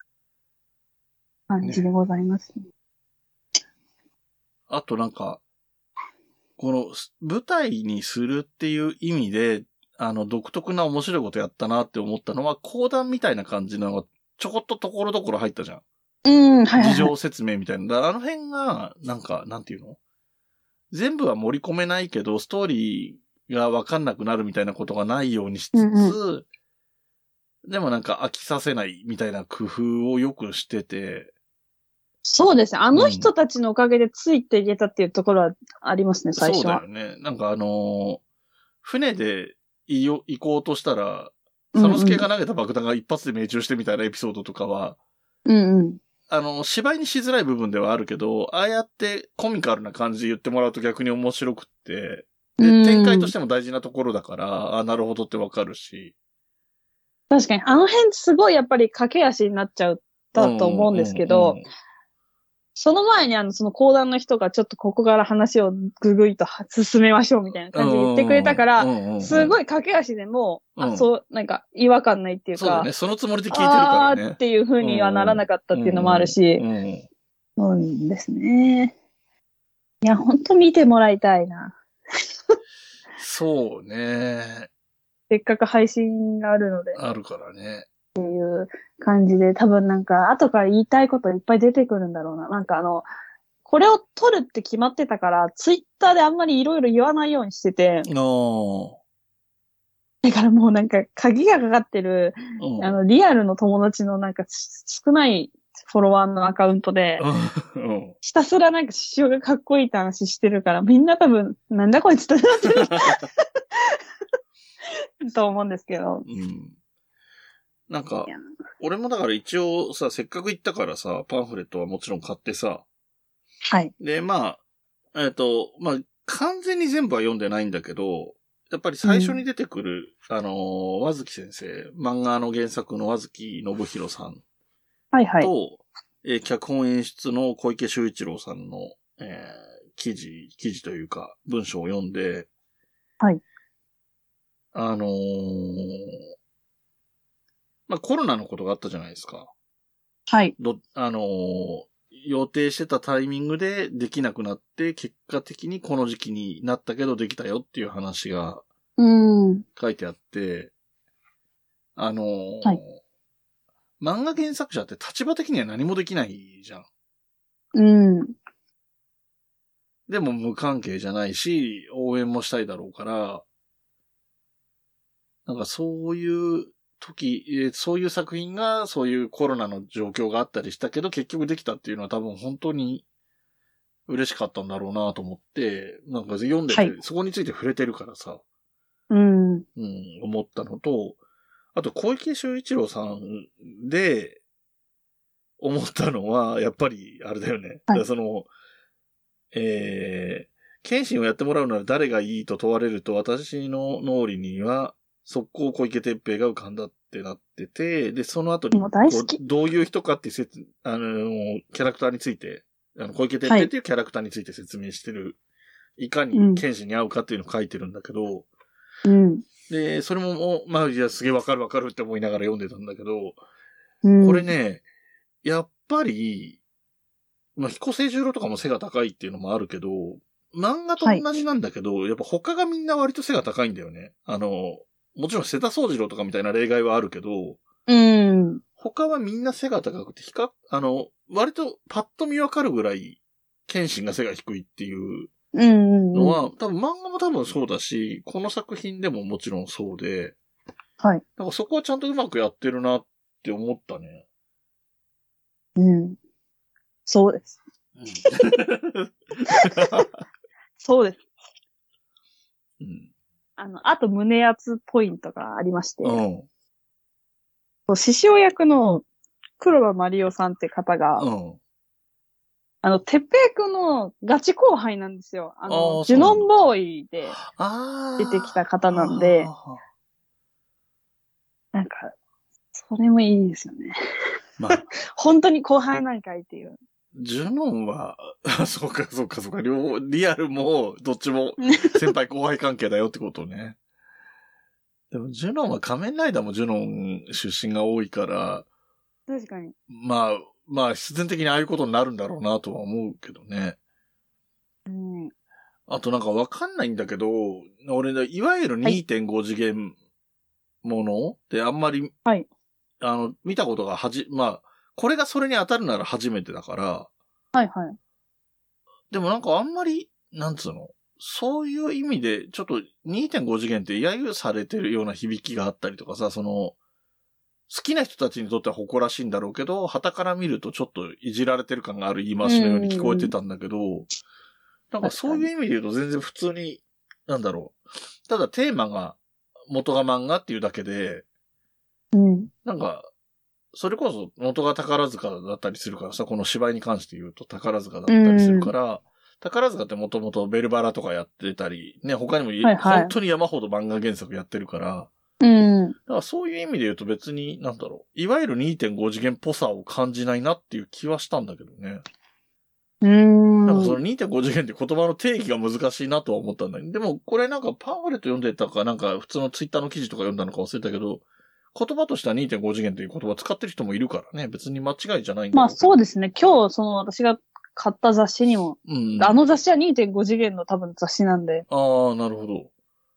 感じでございますね。ね、 あとなんか、この舞台にするっていう意味で、あの、独特な面白いことやったなって思ったのは、講談みたいな感じのがちょこっとところどころ入ったじゃん。うん、はい、はい。事情説明みたいな。あの辺が、なんか、なんていうの？全部は盛り込めないけど、ストーリーがわかんなくなるみたいなことがないようにしつつ、うんうん、でもなんか飽きさせないみたいな工夫をよくしてて。 そうですね。あの人たちのおかげでついていけたっていうところはありますね、うん、最初は。 そうだよね。なんかあのー、船で行こうとしたら、佐之助が投げた爆弾が一発で命中してみたいなエピソードとかは、うんうん、あの、芝居にしづらい部分ではあるけど、ああやってコミカルな感じで言ってもらうと逆に面白くって、で、展開としても大事なところだから、あ、なるほどってわかるし。 確かに、あの辺すごいやっぱり駆け足になっちゃったと思うんですけど、うんうんうん、その前にあの、その講談の人がちょっとここから話をぐぐいと進めましょうみたいな感じで言ってくれたから、すごい駆け足でも、うん、あ、そう、なんか違和感ないっていうか。 そうだね、そのつもりで聞いてるからね。 あーっていう風にはならなかったっていうのもあるし、そうですね。いや、ほんと見てもらいたいな。 そうね。 せっかく配信があるので。 あるからね。 っていう感じで、多分なんか、後から言いたいこといっぱい出てくるんだろうな。なんかあの、これを撮るって決まってたから、ツイッターであんまりいろいろ言わないようにしてて。だからもうなんか、鍵がかかってる、あの、リアルの友達のなんか、少ないフォロワーのアカウントで、ひたすらなんか師匠がかっこいいって話してるから、みんな多分、なんだこいつってなってると思うんですけど。うんなんか、俺もだから一応さ、せっかく行ったからさ、パンフレットはもちろん買ってさ。はい。で、まあ、えっと、まあ、完全に全部は読んでないんだけど、やっぱり最初に出てくる、うん、あの、和月先生、漫画の原作の和月信弘さん。はいはい。と、えー、脚本演出の小池修一郎さんの、えー、記事、記事というか、文章を読んで、はい。あのー、まあ、コロナのことがあったじゃないですか。はい。ど、あのー、予定してたタイミングでできなくなって、結果的にこの時期になったけどできたよっていう話が、書いてあって、あのー、はい。漫画原作者って立場的には何もできないじゃん。うん。でも無関係じゃないし、応援もしたいだろうから、なんかそういう時、そういう作品がそういうコロナの状況があったりしたけど結局できたっていうのは多分本当に嬉しかったんだろうなと思って、なんか読んでて、はい、そこについて触れてるからさ、うん。うん、思ったのと、あと小池修一郎さんで思ったのは、やっぱりあれだよね。はい、その、えー、謙信をやってもらうなら誰がいいと問われると私の脳裏には速攻小池徹平が浮かんだってってなってて、で、その後に、どういう人かって説、あの、キャラクターについて、あの、小池徹平っていうキャラクターについて説明してる、はい、いかに剣心に合うかっていうのを書いてるんだけど、 うん。 で、それももう、まあ、いや、すげえわかるわかるって思いながら読んでたんだけど、うん、これね、やっぱり、まあ、彦星十郎とかも背が高いっていうのもあるけど、漫画と同じなんだけど、はい、やっぱ他がみんな割と背が高いんだよね。あの、もちろん瀬田宗次郎とかみたいな例外はあるけど、 うん。 他はみんな背が高くて、比較、あの、割とパッと見わかるぐらい、剣心が背が低いっていうのは、うんうんうん、多分漫画も多分そうだし、この作品でももちろんそうで、 はい。 だからそこはちゃんとうまくやってるなって思ったね。 うん。そうです。うん、そうです。うん。あの、あと胸圧ポイントがありまして、うん。獅子王役の黒羽マリオさんって方が、うん、あの、てっぺいくんのガチ後輩なんですよ。あの、あジュノンボーイで出てきた方なんで、なんか、それもいいですよね。まあ、本当に後輩なんかいっていう。 ジュノンは、そうかそうかそうか、両、リアルも、どっちも先輩後輩関係だよってことね。でも、ジュノンは仮面ライダーもジュノン出身が多いから、 確かに。 まあ、まあ、必然的にああいうことになるんだろうなとは思うけどね。うん。あとなんかわかんないんだけど、俺、いわゆる にてんご 次元ものってあんまり、はい。あの、見たことがはじ、まあ、これがそれに当たるなら初めてだから。 はいはい。 でもなんかあんまり、なんつうの、そういう意味で、ちょっと にてんご 次元って揶揄されてるような響きがあったりとかさ、その、好きな人たちにとっては誇らしいんだろうけど、旗から見るとちょっといじられてる感がある言い回しのように聞こえてたんだけど、なんかそういう意味で言うと全然普通に、なんだろう。ただテーマが元が漫画っていうだけで、うん、なんか、それこそ元が宝塚だったりするからさ、この芝居に関して言うと宝塚だったりするから、うん、宝塚ってもともとベルバラとかやってたり、ね、他にも、はいはい、本当に山ほど漫画原作やってるから、うん。だからそういう意味で言うと別に、なんだろう、いわゆる にてんご 次元っぽさを感じないなっていう気はしたんだけどね。うーん。なんかその にてんご 次元って言葉の定義が難しいなとは思ったんだけど、でもこれなんかパンフレット読んでたか、なんか普通のツイッターの記事とか読んだのか忘れたけど、言葉としては にてんご 次元という言葉を使ってる人もいるからね、別に間違いじゃないんだけど。 まあそうですね。今日その私が買った雑誌にも、うん、あの雑誌は にてんご 次元の多分雑誌なんで。 ああ、なるほど。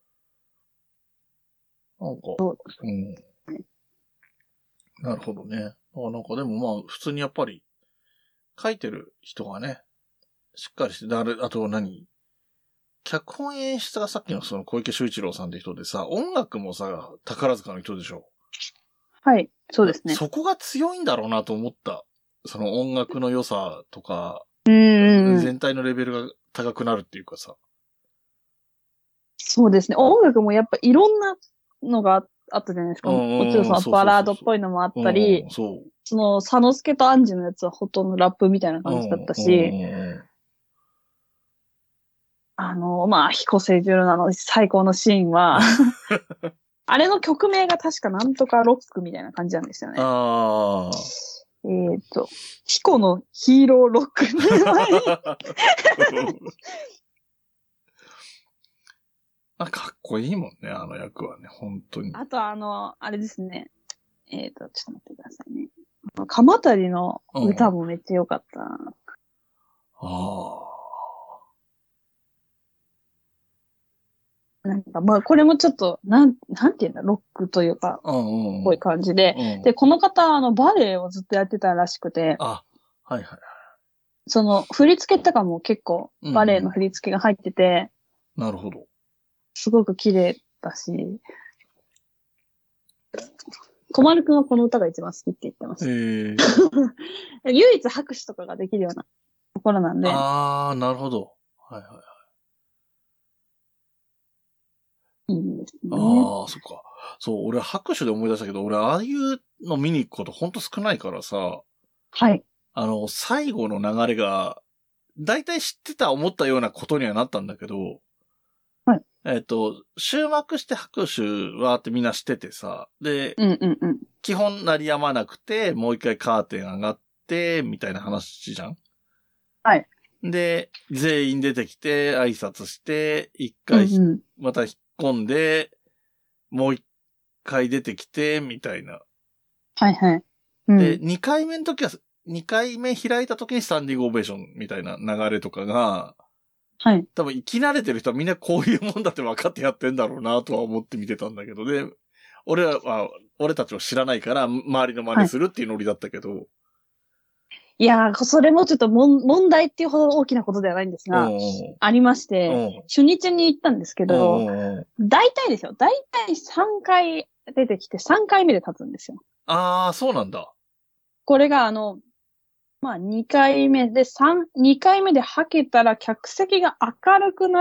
なんか、う、うん。なるほどね。あなんかでもまあ、普通にやっぱり、書いてる人がね、しっかりして、だあと何脚本演出がさっきのその小池秀一郎さんって人でさ、音楽もさ、宝塚の人でしょ。 はい、そうですね。 そこが強いんだろうなと思った。その音楽の良さとか、うん全体のレベルが高くなるっていうかさ。 そうですね。音楽もやっぱいろんなのがあったじゃないですか。もちろんそのバラードっぽいのもあったり、そ, その佐之助とアンジのやつはほとんどラップみたいな感じだったし、あの、まあ、彦星十郎の最高のシーンは、あれの曲名が確かなんとかロックみたいな感じなんですよね。あえっ、ー、と、彦のヒーローロックかっこいいもんね、あの役はね、本当に。 あとあの、あれですね。えっ、ー、と、ちょっと待ってくださいね。鎌足の歌もめっちゃ良かった。うん、ああ。なんかまあこれもちょっと、なん、なんていうんだ、ロックというか、うんうんうん、こういう感じで、うん、で、この方、あの、バレエをずっとやってたらしくて、 あ、はいはい。 その、振り付けとかも結構、バレエの振り付けが入ってて、 うんうん、なるほど。 すごく綺麗だし、小丸くんはこの歌が一番好きって言ってました。へー唯一拍手とかができるようなところなんで。 あー、なるほど。はいはいはい。 いいですね。 ああ、そっか。そう、俺拍手で思い出したけど、俺ああいうの見に行くことほんと少ないからさ。 はい。 あの、最後の流れが、だいたい知ってた思ったようなことにはなったんだけど、 はい。 えっと、終幕して拍手はってみんなしててさ、で、 うんうんうん、 基本鳴り止まなくて、もう一回カーテン上がって、みたいな話じゃん。 はい。 で、全員出てきて、挨拶して、一回、うんうん、また引っ込んで、もう一回出てきて、みたいな。 はいはい。 うん、で、二回目の時は、二回目開いた時にスタンディングオベーションみたいな流れとかが、 はい。 多分生き慣れてる人はみんなこういうもんだって分かってやってんだろうなとは思って見てたんだけどね。俺は、俺たちを知らないから周りの真似するっていうノリだったけど。はい、 いやー、それもちょっともん問題っていうほど大きなことではないんですが、ありまして、初日に行ったんですけど、大体ですよ。大体さんかい出てきてさんかいめで立つんですよ。 あー、そうなんだ。 これがあの、まあ、にかいめで、三、にかいめで吐けたら客席が明るくなって、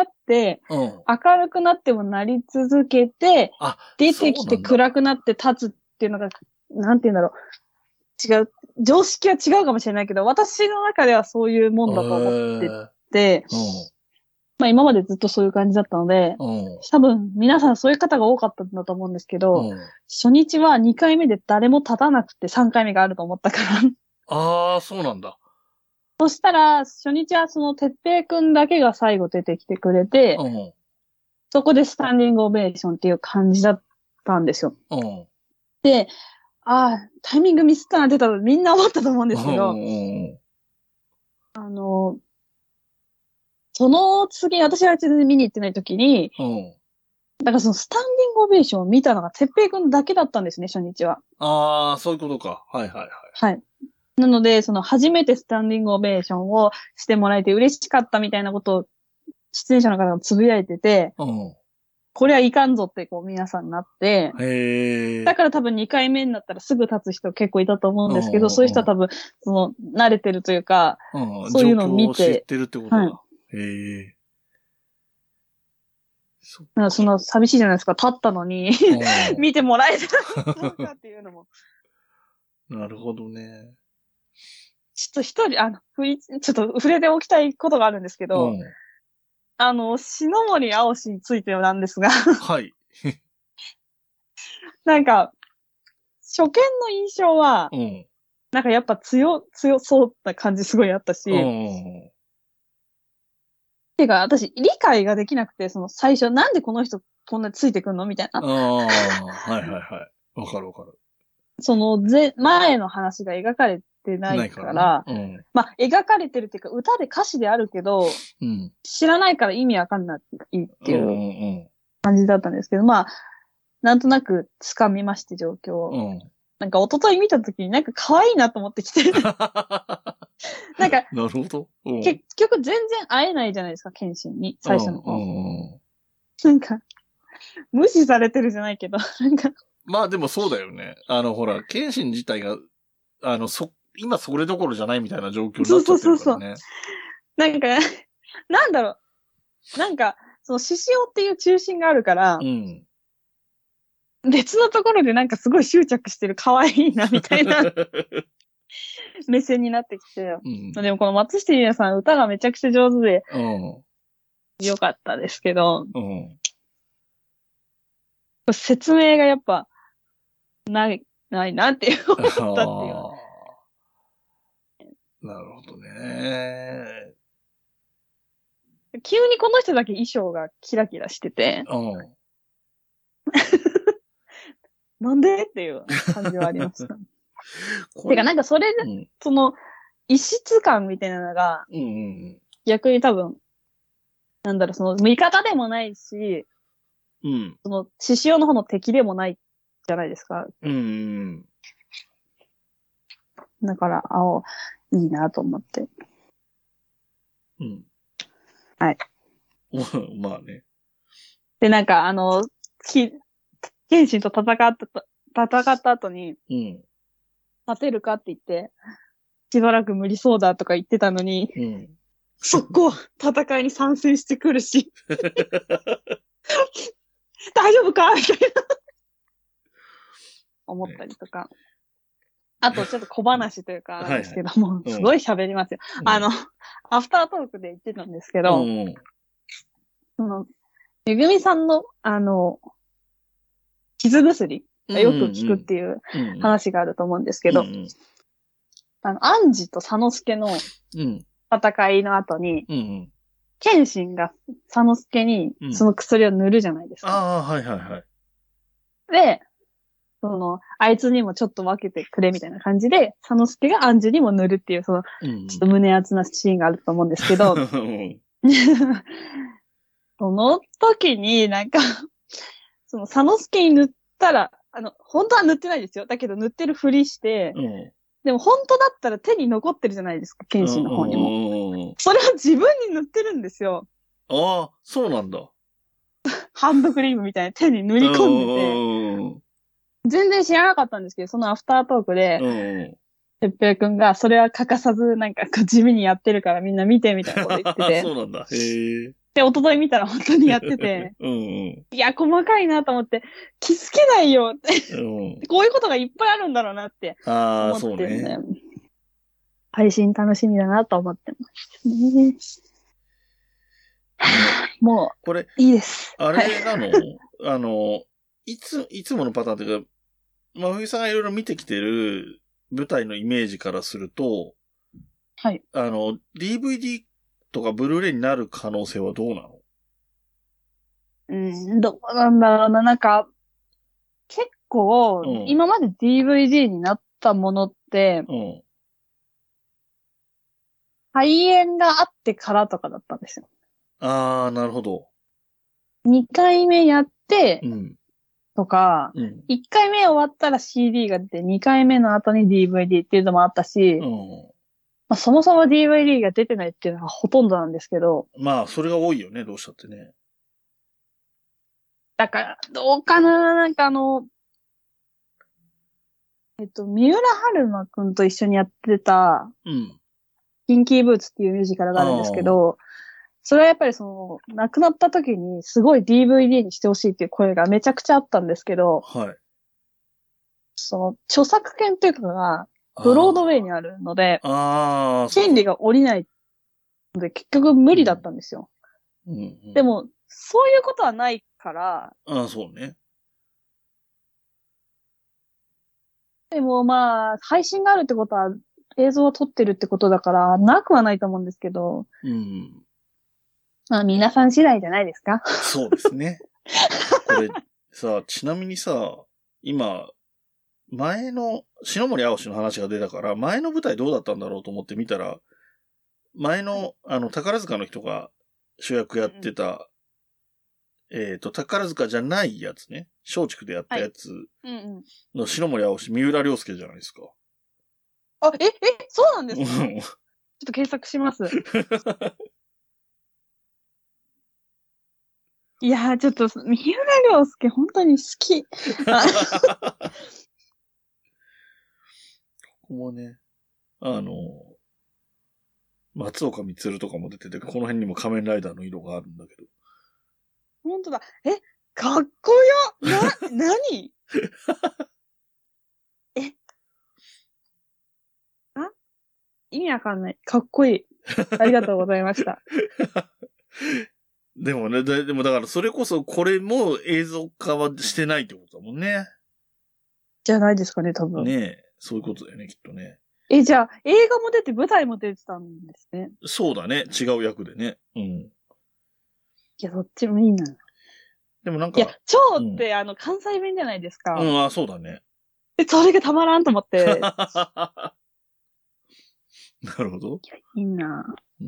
うん、明るくなってもなり続けて、出てきて暗くなって立つっていうのが、なんて言うんだろう。違う。常識は違うかもしれないけど、私の中ではそういうもんだと思ってて、うん、まあ今までずっとそういう感じだったので、うん、多分皆さんそういう方が多かったんだと思うんですけど、うん、初日はにかいめで誰も立たなくてさんかいめがあると思ったから。 ああ、そうなんだ。 そしたら、初日はその、てっぺいくんだけが最後出てきてくれて、うん、そこでスタンディングオベーションっていう感じだったんですよ。うん、で、ああ、タイミングミスったなって多分みんな思ったと思うんですけど、うん、あの、その次、私は全然見に行ってない時に、うん、だからそのスタンディングオベーションを見たのがてっぺいくんだけだったんですね、初日は。 ああ、そういうことか。はいはいはい。 はい。なので、その初めてスタンディングオベーションをしてもらえて嬉しかったみたいなことを出演者の方がつぶやいてて、うん、これはいかんぞってこう皆さんなって、へだから多分にかいめになったらすぐ立つ人結構いたと思うんですけど、うん、そういう人は多分、その、慣れてるというか、うん、そういうのを見て。 状況を知ってるってことだ。はい、へえ。 そっか。その寂しいじゃないですか、立ったのに、見てもらえたのかっていうのも。 なるほどね。 ちょっと一人、あの、ふい、ちょっと触れておきたいことがあるんですけど、うん、あの、篠森青氏についてなんですが。 はい。 なんか、初見の印象は、うん、なんかやっぱ強、強そうな感じすごいあったし、うん、てか、私、理解ができなくて、その最初、なんでこの人こんなついてくんのみたいな。 ああ、はいはいはい。わかるわかる。 その、ぜ、前の話が描かれてないから、からね、うん、まあ、描かれてるっていうか、歌で歌詞であるけど、うん、知らないから意味わかんないっていう感じだったんですけど、うんうんうん、まあ、なんとなく掴みまして、状況を。うん、なんか、一昨日見たときになんか可愛いなと思ってきて。なんか、 なるほど、 うん。結局全然会えないじゃないですか、謙信に、最初の方。うんうんうん、なんか、無視されてるじゃないけど、なんか。 まあでもそうだよね。あの、ほら、謙信自体が、あの、そ、今それどころじゃないみたいな状況になっちゃってるからね。そうそうそうそう。 なんか、なんだろう。なんか、その、獅子王っていう中心があるから、うん、別のところでなんかすごい執着してる可愛いな、みたいな目線になってきて。うん、でもこの松下優也さん、歌がめちゃくちゃ上手で、うん、よかったですけど、うん、説明がやっぱ、ない、ないなって思ったっていう。 なるほどね。 急にこの人だけ衣装がキラキラしてて、うん、なんでっていう感じはありました。てかなんかそれで、うん、その、異質感みたいなのが、うんうん、逆に多分、なんだろう、その、味方でもないし、うん、その、獅子王の方の敵でもないじゃないですか。うんうん、だから、あ、いいなと思って。うん。はい。 まあね。 で、なんか、あの、き、謙信と戦った、戦った後に、うん。勝てるかって言って、しばらく無理そうだとか言ってたのに、うん。速攻、戦いに参戦してくるし。大丈夫かみたいな。思ったりとか。あと、ちょっと小話というか、なんですけども、はいはい、すごい喋りますよ。うん、あの、アフタートークで言ってたんですけど、うん、その、 めぐみさんの、あの、傷薬がよく効くっていう話があると思うんですけど、うんうん、あの、アンジと佐之助の戦いの後に、うんうん、謙信が佐之助にその薬を塗るじゃないですか。 うん、ああ、はいはいはい。 で、その、あいつにもちょっと分けてくれみたいな感じで、佐之助がアンジュにも塗るっていう、その、うん、ちょっと胸熱なシーンがあると思うんですけど、その時になんか、その佐之助に塗ったら、あの、本当は塗ってないですよ。だけど塗ってるふりして、うん、でも本当だったら手に残ってるじゃないですか、謙信の方にも。それを自分に塗ってるんですよ。 ああ、そうなんだ。 ハンドクリームみたいに手に塗り込んでて、全然知らなかったんですけど、そのアフタートークで、てっぺいくんが、それは欠かさず、なんか、地味にやってるからみんな見て、みたいなこと言ってて。 そうなんだ。へー。 で、一昨日見たら本当にやってて。うんうん、いや、細かいなと思って、気づけないよって、うん。こういうことがいっぱいあるんだろうなって思ってるんで。あ、そうね。配信楽しみだなと思ってますね。もう、これ、いいです。 あれなの、はい、あの、いつ、いつものパターンというか、まふいさんがいろいろ見てきてる舞台のイメージからすると、 はい。 あの、ディーブイディー とかブルーレイになる可能性はどうなの？ うん、どうなんだろうな。なんか、結構、うん、今まで ディーブイディー になったものって、うん、肺炎があってからとかだったんですよ。 あー、なるほど。 にかいめやって、うん、とか、うん、いっかいめ終わったら シーディー が出て、にかいめの後に ディーブイディー っていうのもあったし、うん、まあ、そもそも ディーブイディー が出てないっていうのがほとんどなんですけど。 まあ、それが多いよね、どうしたってね。 だから、どうかな、なんかあの、えっと、三浦春馬くんと一緒にやってた、うん。キンキーブーツっていうミュージカルがあるんですけど、それはやっぱりその、亡くなった時にすごい ディーブイディー にしてほしいっていう声がめちゃくちゃあったんですけど、はい。その、著作権というかが、ブロードウェイにあるので、あ権利が下りないので、結局無理だったんですよ。うんうんうん、でも、そういうことはないから、 ああ、そうね。 でもまあ、配信があるってことは、映像を撮ってるってことだから、なくはないと思うんですけど、うん。まあ、皆さん次第じゃないですか。 そうですね。これ、さ、ちなみにさ、今、前の、篠森青志の話が出たから、前の舞台どうだったんだろうと思って見たら、前の、あの、宝塚の人が主役やってた、うん、えっと、宝塚じゃないやつね。松竹でやったやつの篠森青志、三浦良介じゃないですか。 あ、え、え、そうなんですか？ちょっと検索します。いやー、ちょっと、三浦良介本当に好き。ここもね、あの、松岡充とかも出てて、この辺にも仮面ライダーの色があるんだけど。 本当だ。え、かっこよな、なにえあ意味わかんない。かっこいい。ありがとうございました。 でもね、でもだからそれこそこれも映像化はしてないってことだもんね。 じゃないですかね、多分。 ねえ、そういうことだよね、きっとね。 え、じゃあ、映画も出て舞台も出てたんですね。 そうだね、違う役でね。うん。いや、どっちもいいな。 でもなんか。 いや、超って、うん、あの、関西弁じゃないですか。 うん、あ、そうだね。 で、それがたまらんと思って。 なるほど。 いや、いいな。うん。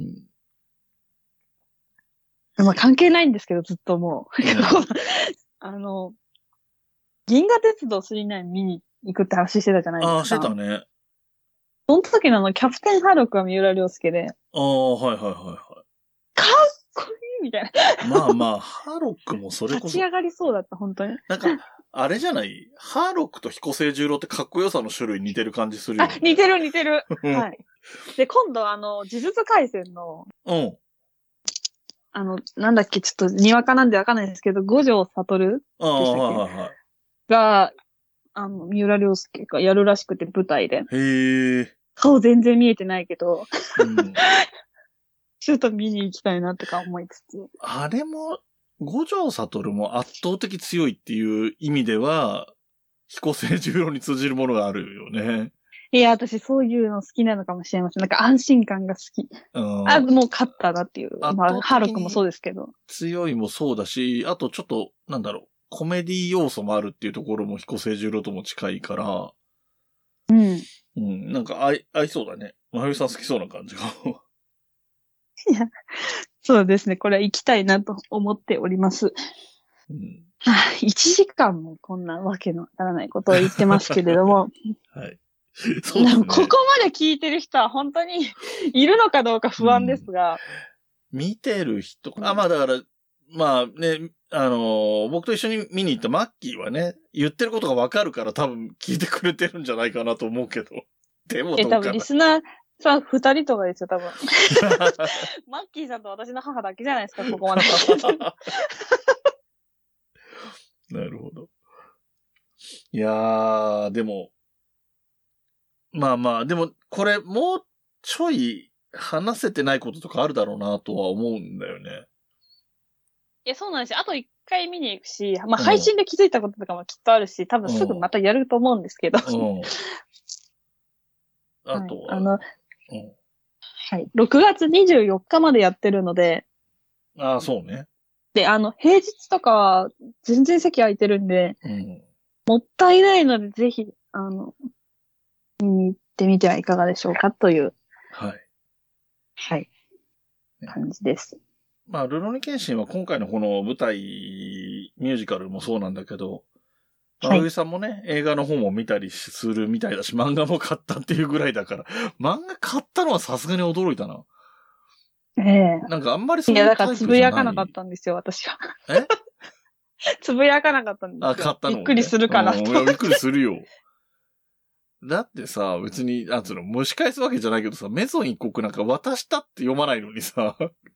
まあ、関係ないんですけど、ずっともう。うん、あの、銀河鉄道スリーナイン見に行くって話してたじゃないですか。 ああ、してたね。 その時のあの、キャプテンハロックは三浦良介で。 ああ、はいはいはいはい。 かっこいいみたいな。 まあまあ、ハロックもそれこそ。 立ち上がりそうだった、本当に。 なんか、あれじゃないハーロックと彦星十郎ってかっこよさの種類似てる感じするよね。 あ、似てる似てる。はい。で、今度あの、呪術廻戦の、うん。あの、なんだっけ、ちょっとにわかなんでわかんないですけど、五条悟でしたっけ、はいはいはい、が、あの、三浦良介がやるらしくて、舞台で。へえ。顔全然見えてないけど、うん、ちょっと見に行きたいなとか思いつつ。 あれも、 五条悟も圧倒的強いっていう意味では、彦星十郎に通じるものがあるよね。 いや、私そういうの好きなのかもしれません。なんか安心感が好き。あ、もう勝ったなっていう。まあ、ハルクもそうですけど。 強いもそうだし、あとちょっと、なんだろう、コメディ要素もあるっていうところも彦星十郎とも近いから、 うん。 うん、なんか合い、合いそうだね。まゆさん好きそうな感じが。 いや、そうですね。これは行きたいなと思っております。うん、はあ、いちじかんもこんなわけのわからないことを言ってますけれども。 はい。そうですね。 ここまで聞いてる人は本当にいるのかどうか不安ですが。 うん、見てる人、あ、まあだから、まあね、あのー、僕と一緒に見に行ったマッキーはね、言ってることがわかるから多分聞いてくれてるんじゃないかなと思うけど。でもどうかな。 え、多分リスナーさん二人とかですよ、多分。マッキーさんと私の母だけじゃないですか、ここまで。 なるほど。いやー、でも、まあまあ、でも、これ、もうちょい話せてないこととかあるだろうなとは思うんだよね。 いや、そうなんですよ。あと一回見に行くし、まあ配信で気づいたこととかもきっとあるし、多分すぐまたやると思うんですけど。うん。 あとは、 はい、あの、うん、はい。ろくがつにじゅうよっかまでやってるので。 ああ、そうね。 で、あの、平日とかは全然席空いてるんで、うん、もったいないので、ぜひ、あの、見に行ってみてはいかがでしょうかという。 はい。 はい。ね、感じです。 まあ、ルロニケンシンは今回のこの舞台、ミュージカルもそうなんだけど、まあ、上さんもね、映画の方も見たりするみたいだし、漫画も買ったっていうぐらいだから、漫画買ったのはさすがに驚いたな。 ええー。 なんかあんまりそういうタイプじゃない。いや、だからつぶやかなかったんですよ、私は。 えつぶやかなかったんですよ。あ、 買ったの、ね、 びっくりするからと。 いや、びっくりするよ。だってさ、別に、なんつうの、蒸し返すわけじゃないけどさ、メゾン一国なんか渡したって読まないのにさ。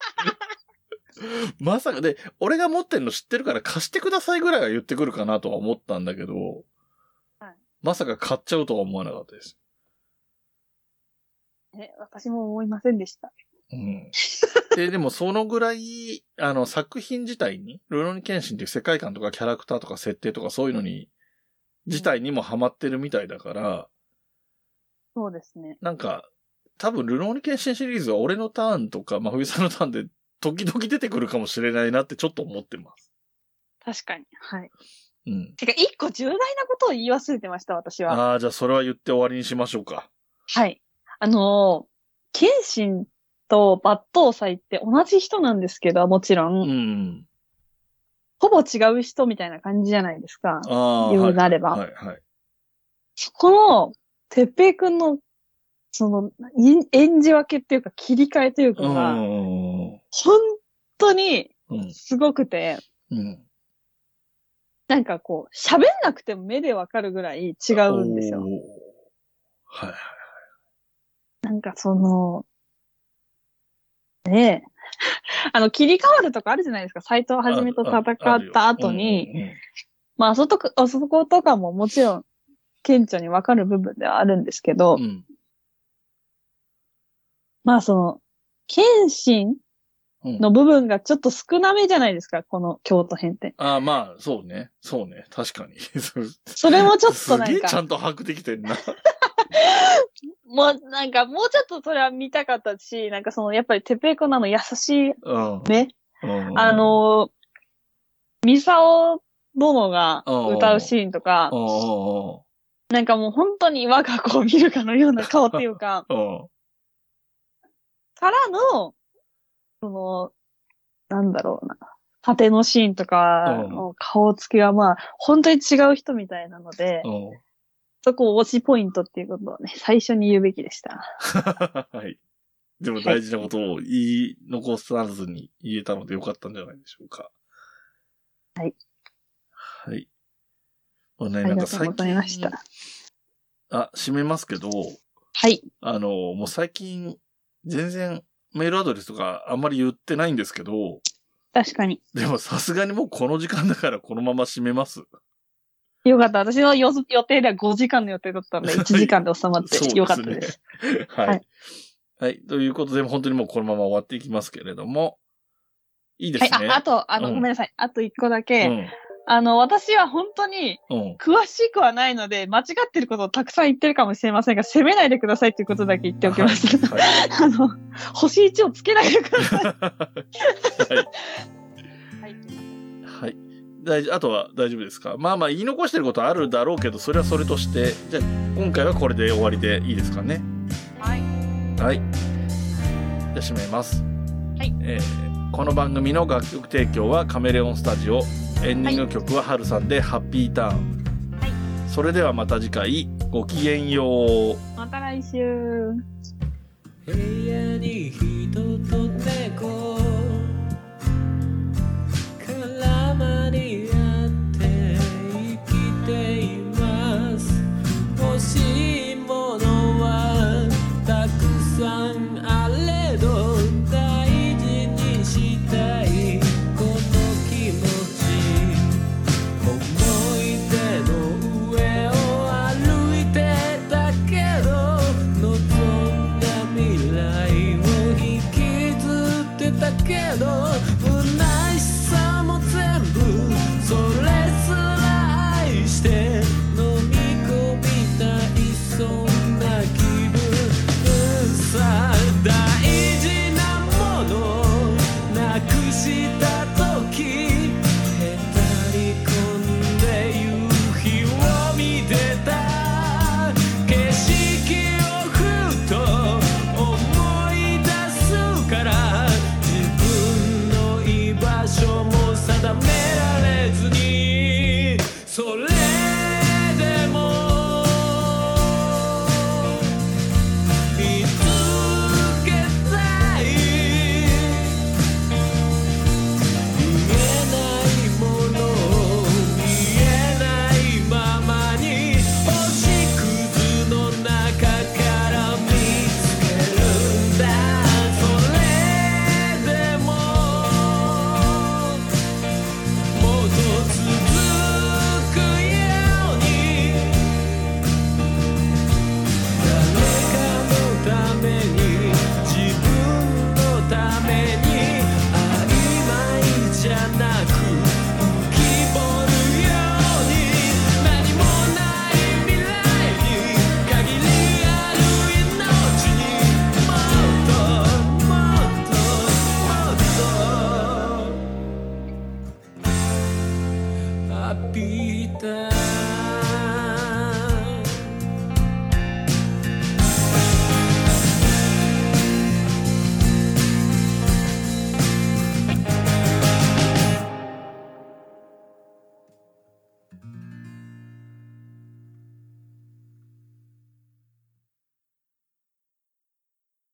まさか、で、俺が持ってんの知ってるから貸してくださいぐらいは言ってくるかなとは思ったんだけど、はい、まさか買っちゃうとは思わなかったです。 え、私も思いませんでした。 うん。で、でもそのぐらい、あの、作品自体に、ルロニケンシンっていう世界観とかキャラクターとか設定とかそういうのに、自体にもハマってるみたいだから、 そうですね。 なんか、多分ルローニケンシンシリーズは俺のターンとか、まあ、冬さんのターンで時々出てくるかもしれないなってちょっと思ってます。 確かに。はい。 うん。 てか、一個重大なことを言い忘れてました、私は。 ああ、じゃあそれは言って終わりにしましょうか。 はい。あのー、ケンシンと抜刀斎って同じ人なんですけど、もちろん。うん。ほぼ違う人みたいな感じじゃないですか。ああ。言うなれば。はい、はい、はい。そこの、てっぺいくんの、その、演じ分けっていうか切り替えというかが、本当にすごくて、うんうん、なんかこう、喋んなくても目でわかるぐらい違うんですよ。はいはいはい。なんかその、ねえ、あの、切り替わるとかあるじゃないですか。斎藤はじめと戦った後に、うんうんうん、まあ、あそこ、あそことかももちろん、顕著にわかる部分ではあるんですけど、うん、まあその、謙信の部分がちょっと少なめじゃないですか、うん、この京都編って。 ああ、まあ、そうね。そうね。確かに。 それもちょっとなんか。 すげえちゃんと把握できてんな。 もう、なんか、もうちょっとそれは見たかったし、なんかその、やっぱりてっぺいくんのあの優しい、うん、ね。うん、あの、ミサオ殿が歌うシーンとか、なんかもう本当に我が子を見るかのような顔っていうか、からの、その、なんだろうな、縦のシーンとかの顔つきはまあ、本当に違う人みたいなので、そこを推しポイントっていうことをね、最初に言うべきでした。 はい。でも大事なことを言い残さずに言えたのでよかったんじゃないでしょうか。 はい。 はい。もうね、なんか最近。ありがとうございました。あ、締めますけど。 はい。 あの、もう最近、全然メールアドレスとかあんまり言ってないんですけど。 確かに。 でもさすがにもうこの時間だからこのまま締めます。 よかった。私の予定ではごじかんの予定だったので、いちじかんで収まってよかったです。 はい。はい。はい。ということで、本当にもうこのまま終わっていきますけれども。 いいですね。 はい、あ、あと、あの、うん、ごめんなさい。あと一個だけ。うん、あの、私は本当に、詳しくはないので、間違ってることをたくさん言ってるかもしれませんが、責めないでくださいっていうことだけ言っておきます。はいはい、あの、星いちをつけないでください。はい。 はい。はい。大丈夫、あとは大丈夫ですか？まあまあ言い残してることあるだろうけど、それはそれとして、じゃあ今回はこれで終わりでいいですかね。 はい。 はい。じゃあ締めます。 はい。 えー、この番組の楽曲提供はカメレオンスタジオ。エンディング曲はハルさんでハッピーターン。はい。それではまた次回、ごきげんよう。 また来週。部屋に人と猫絡まり合って生きています。欲しいものはたくさんあれど大事にしたいこの気持ち、思い出の上を歩いてたけど望んだ未来を引きずってたけど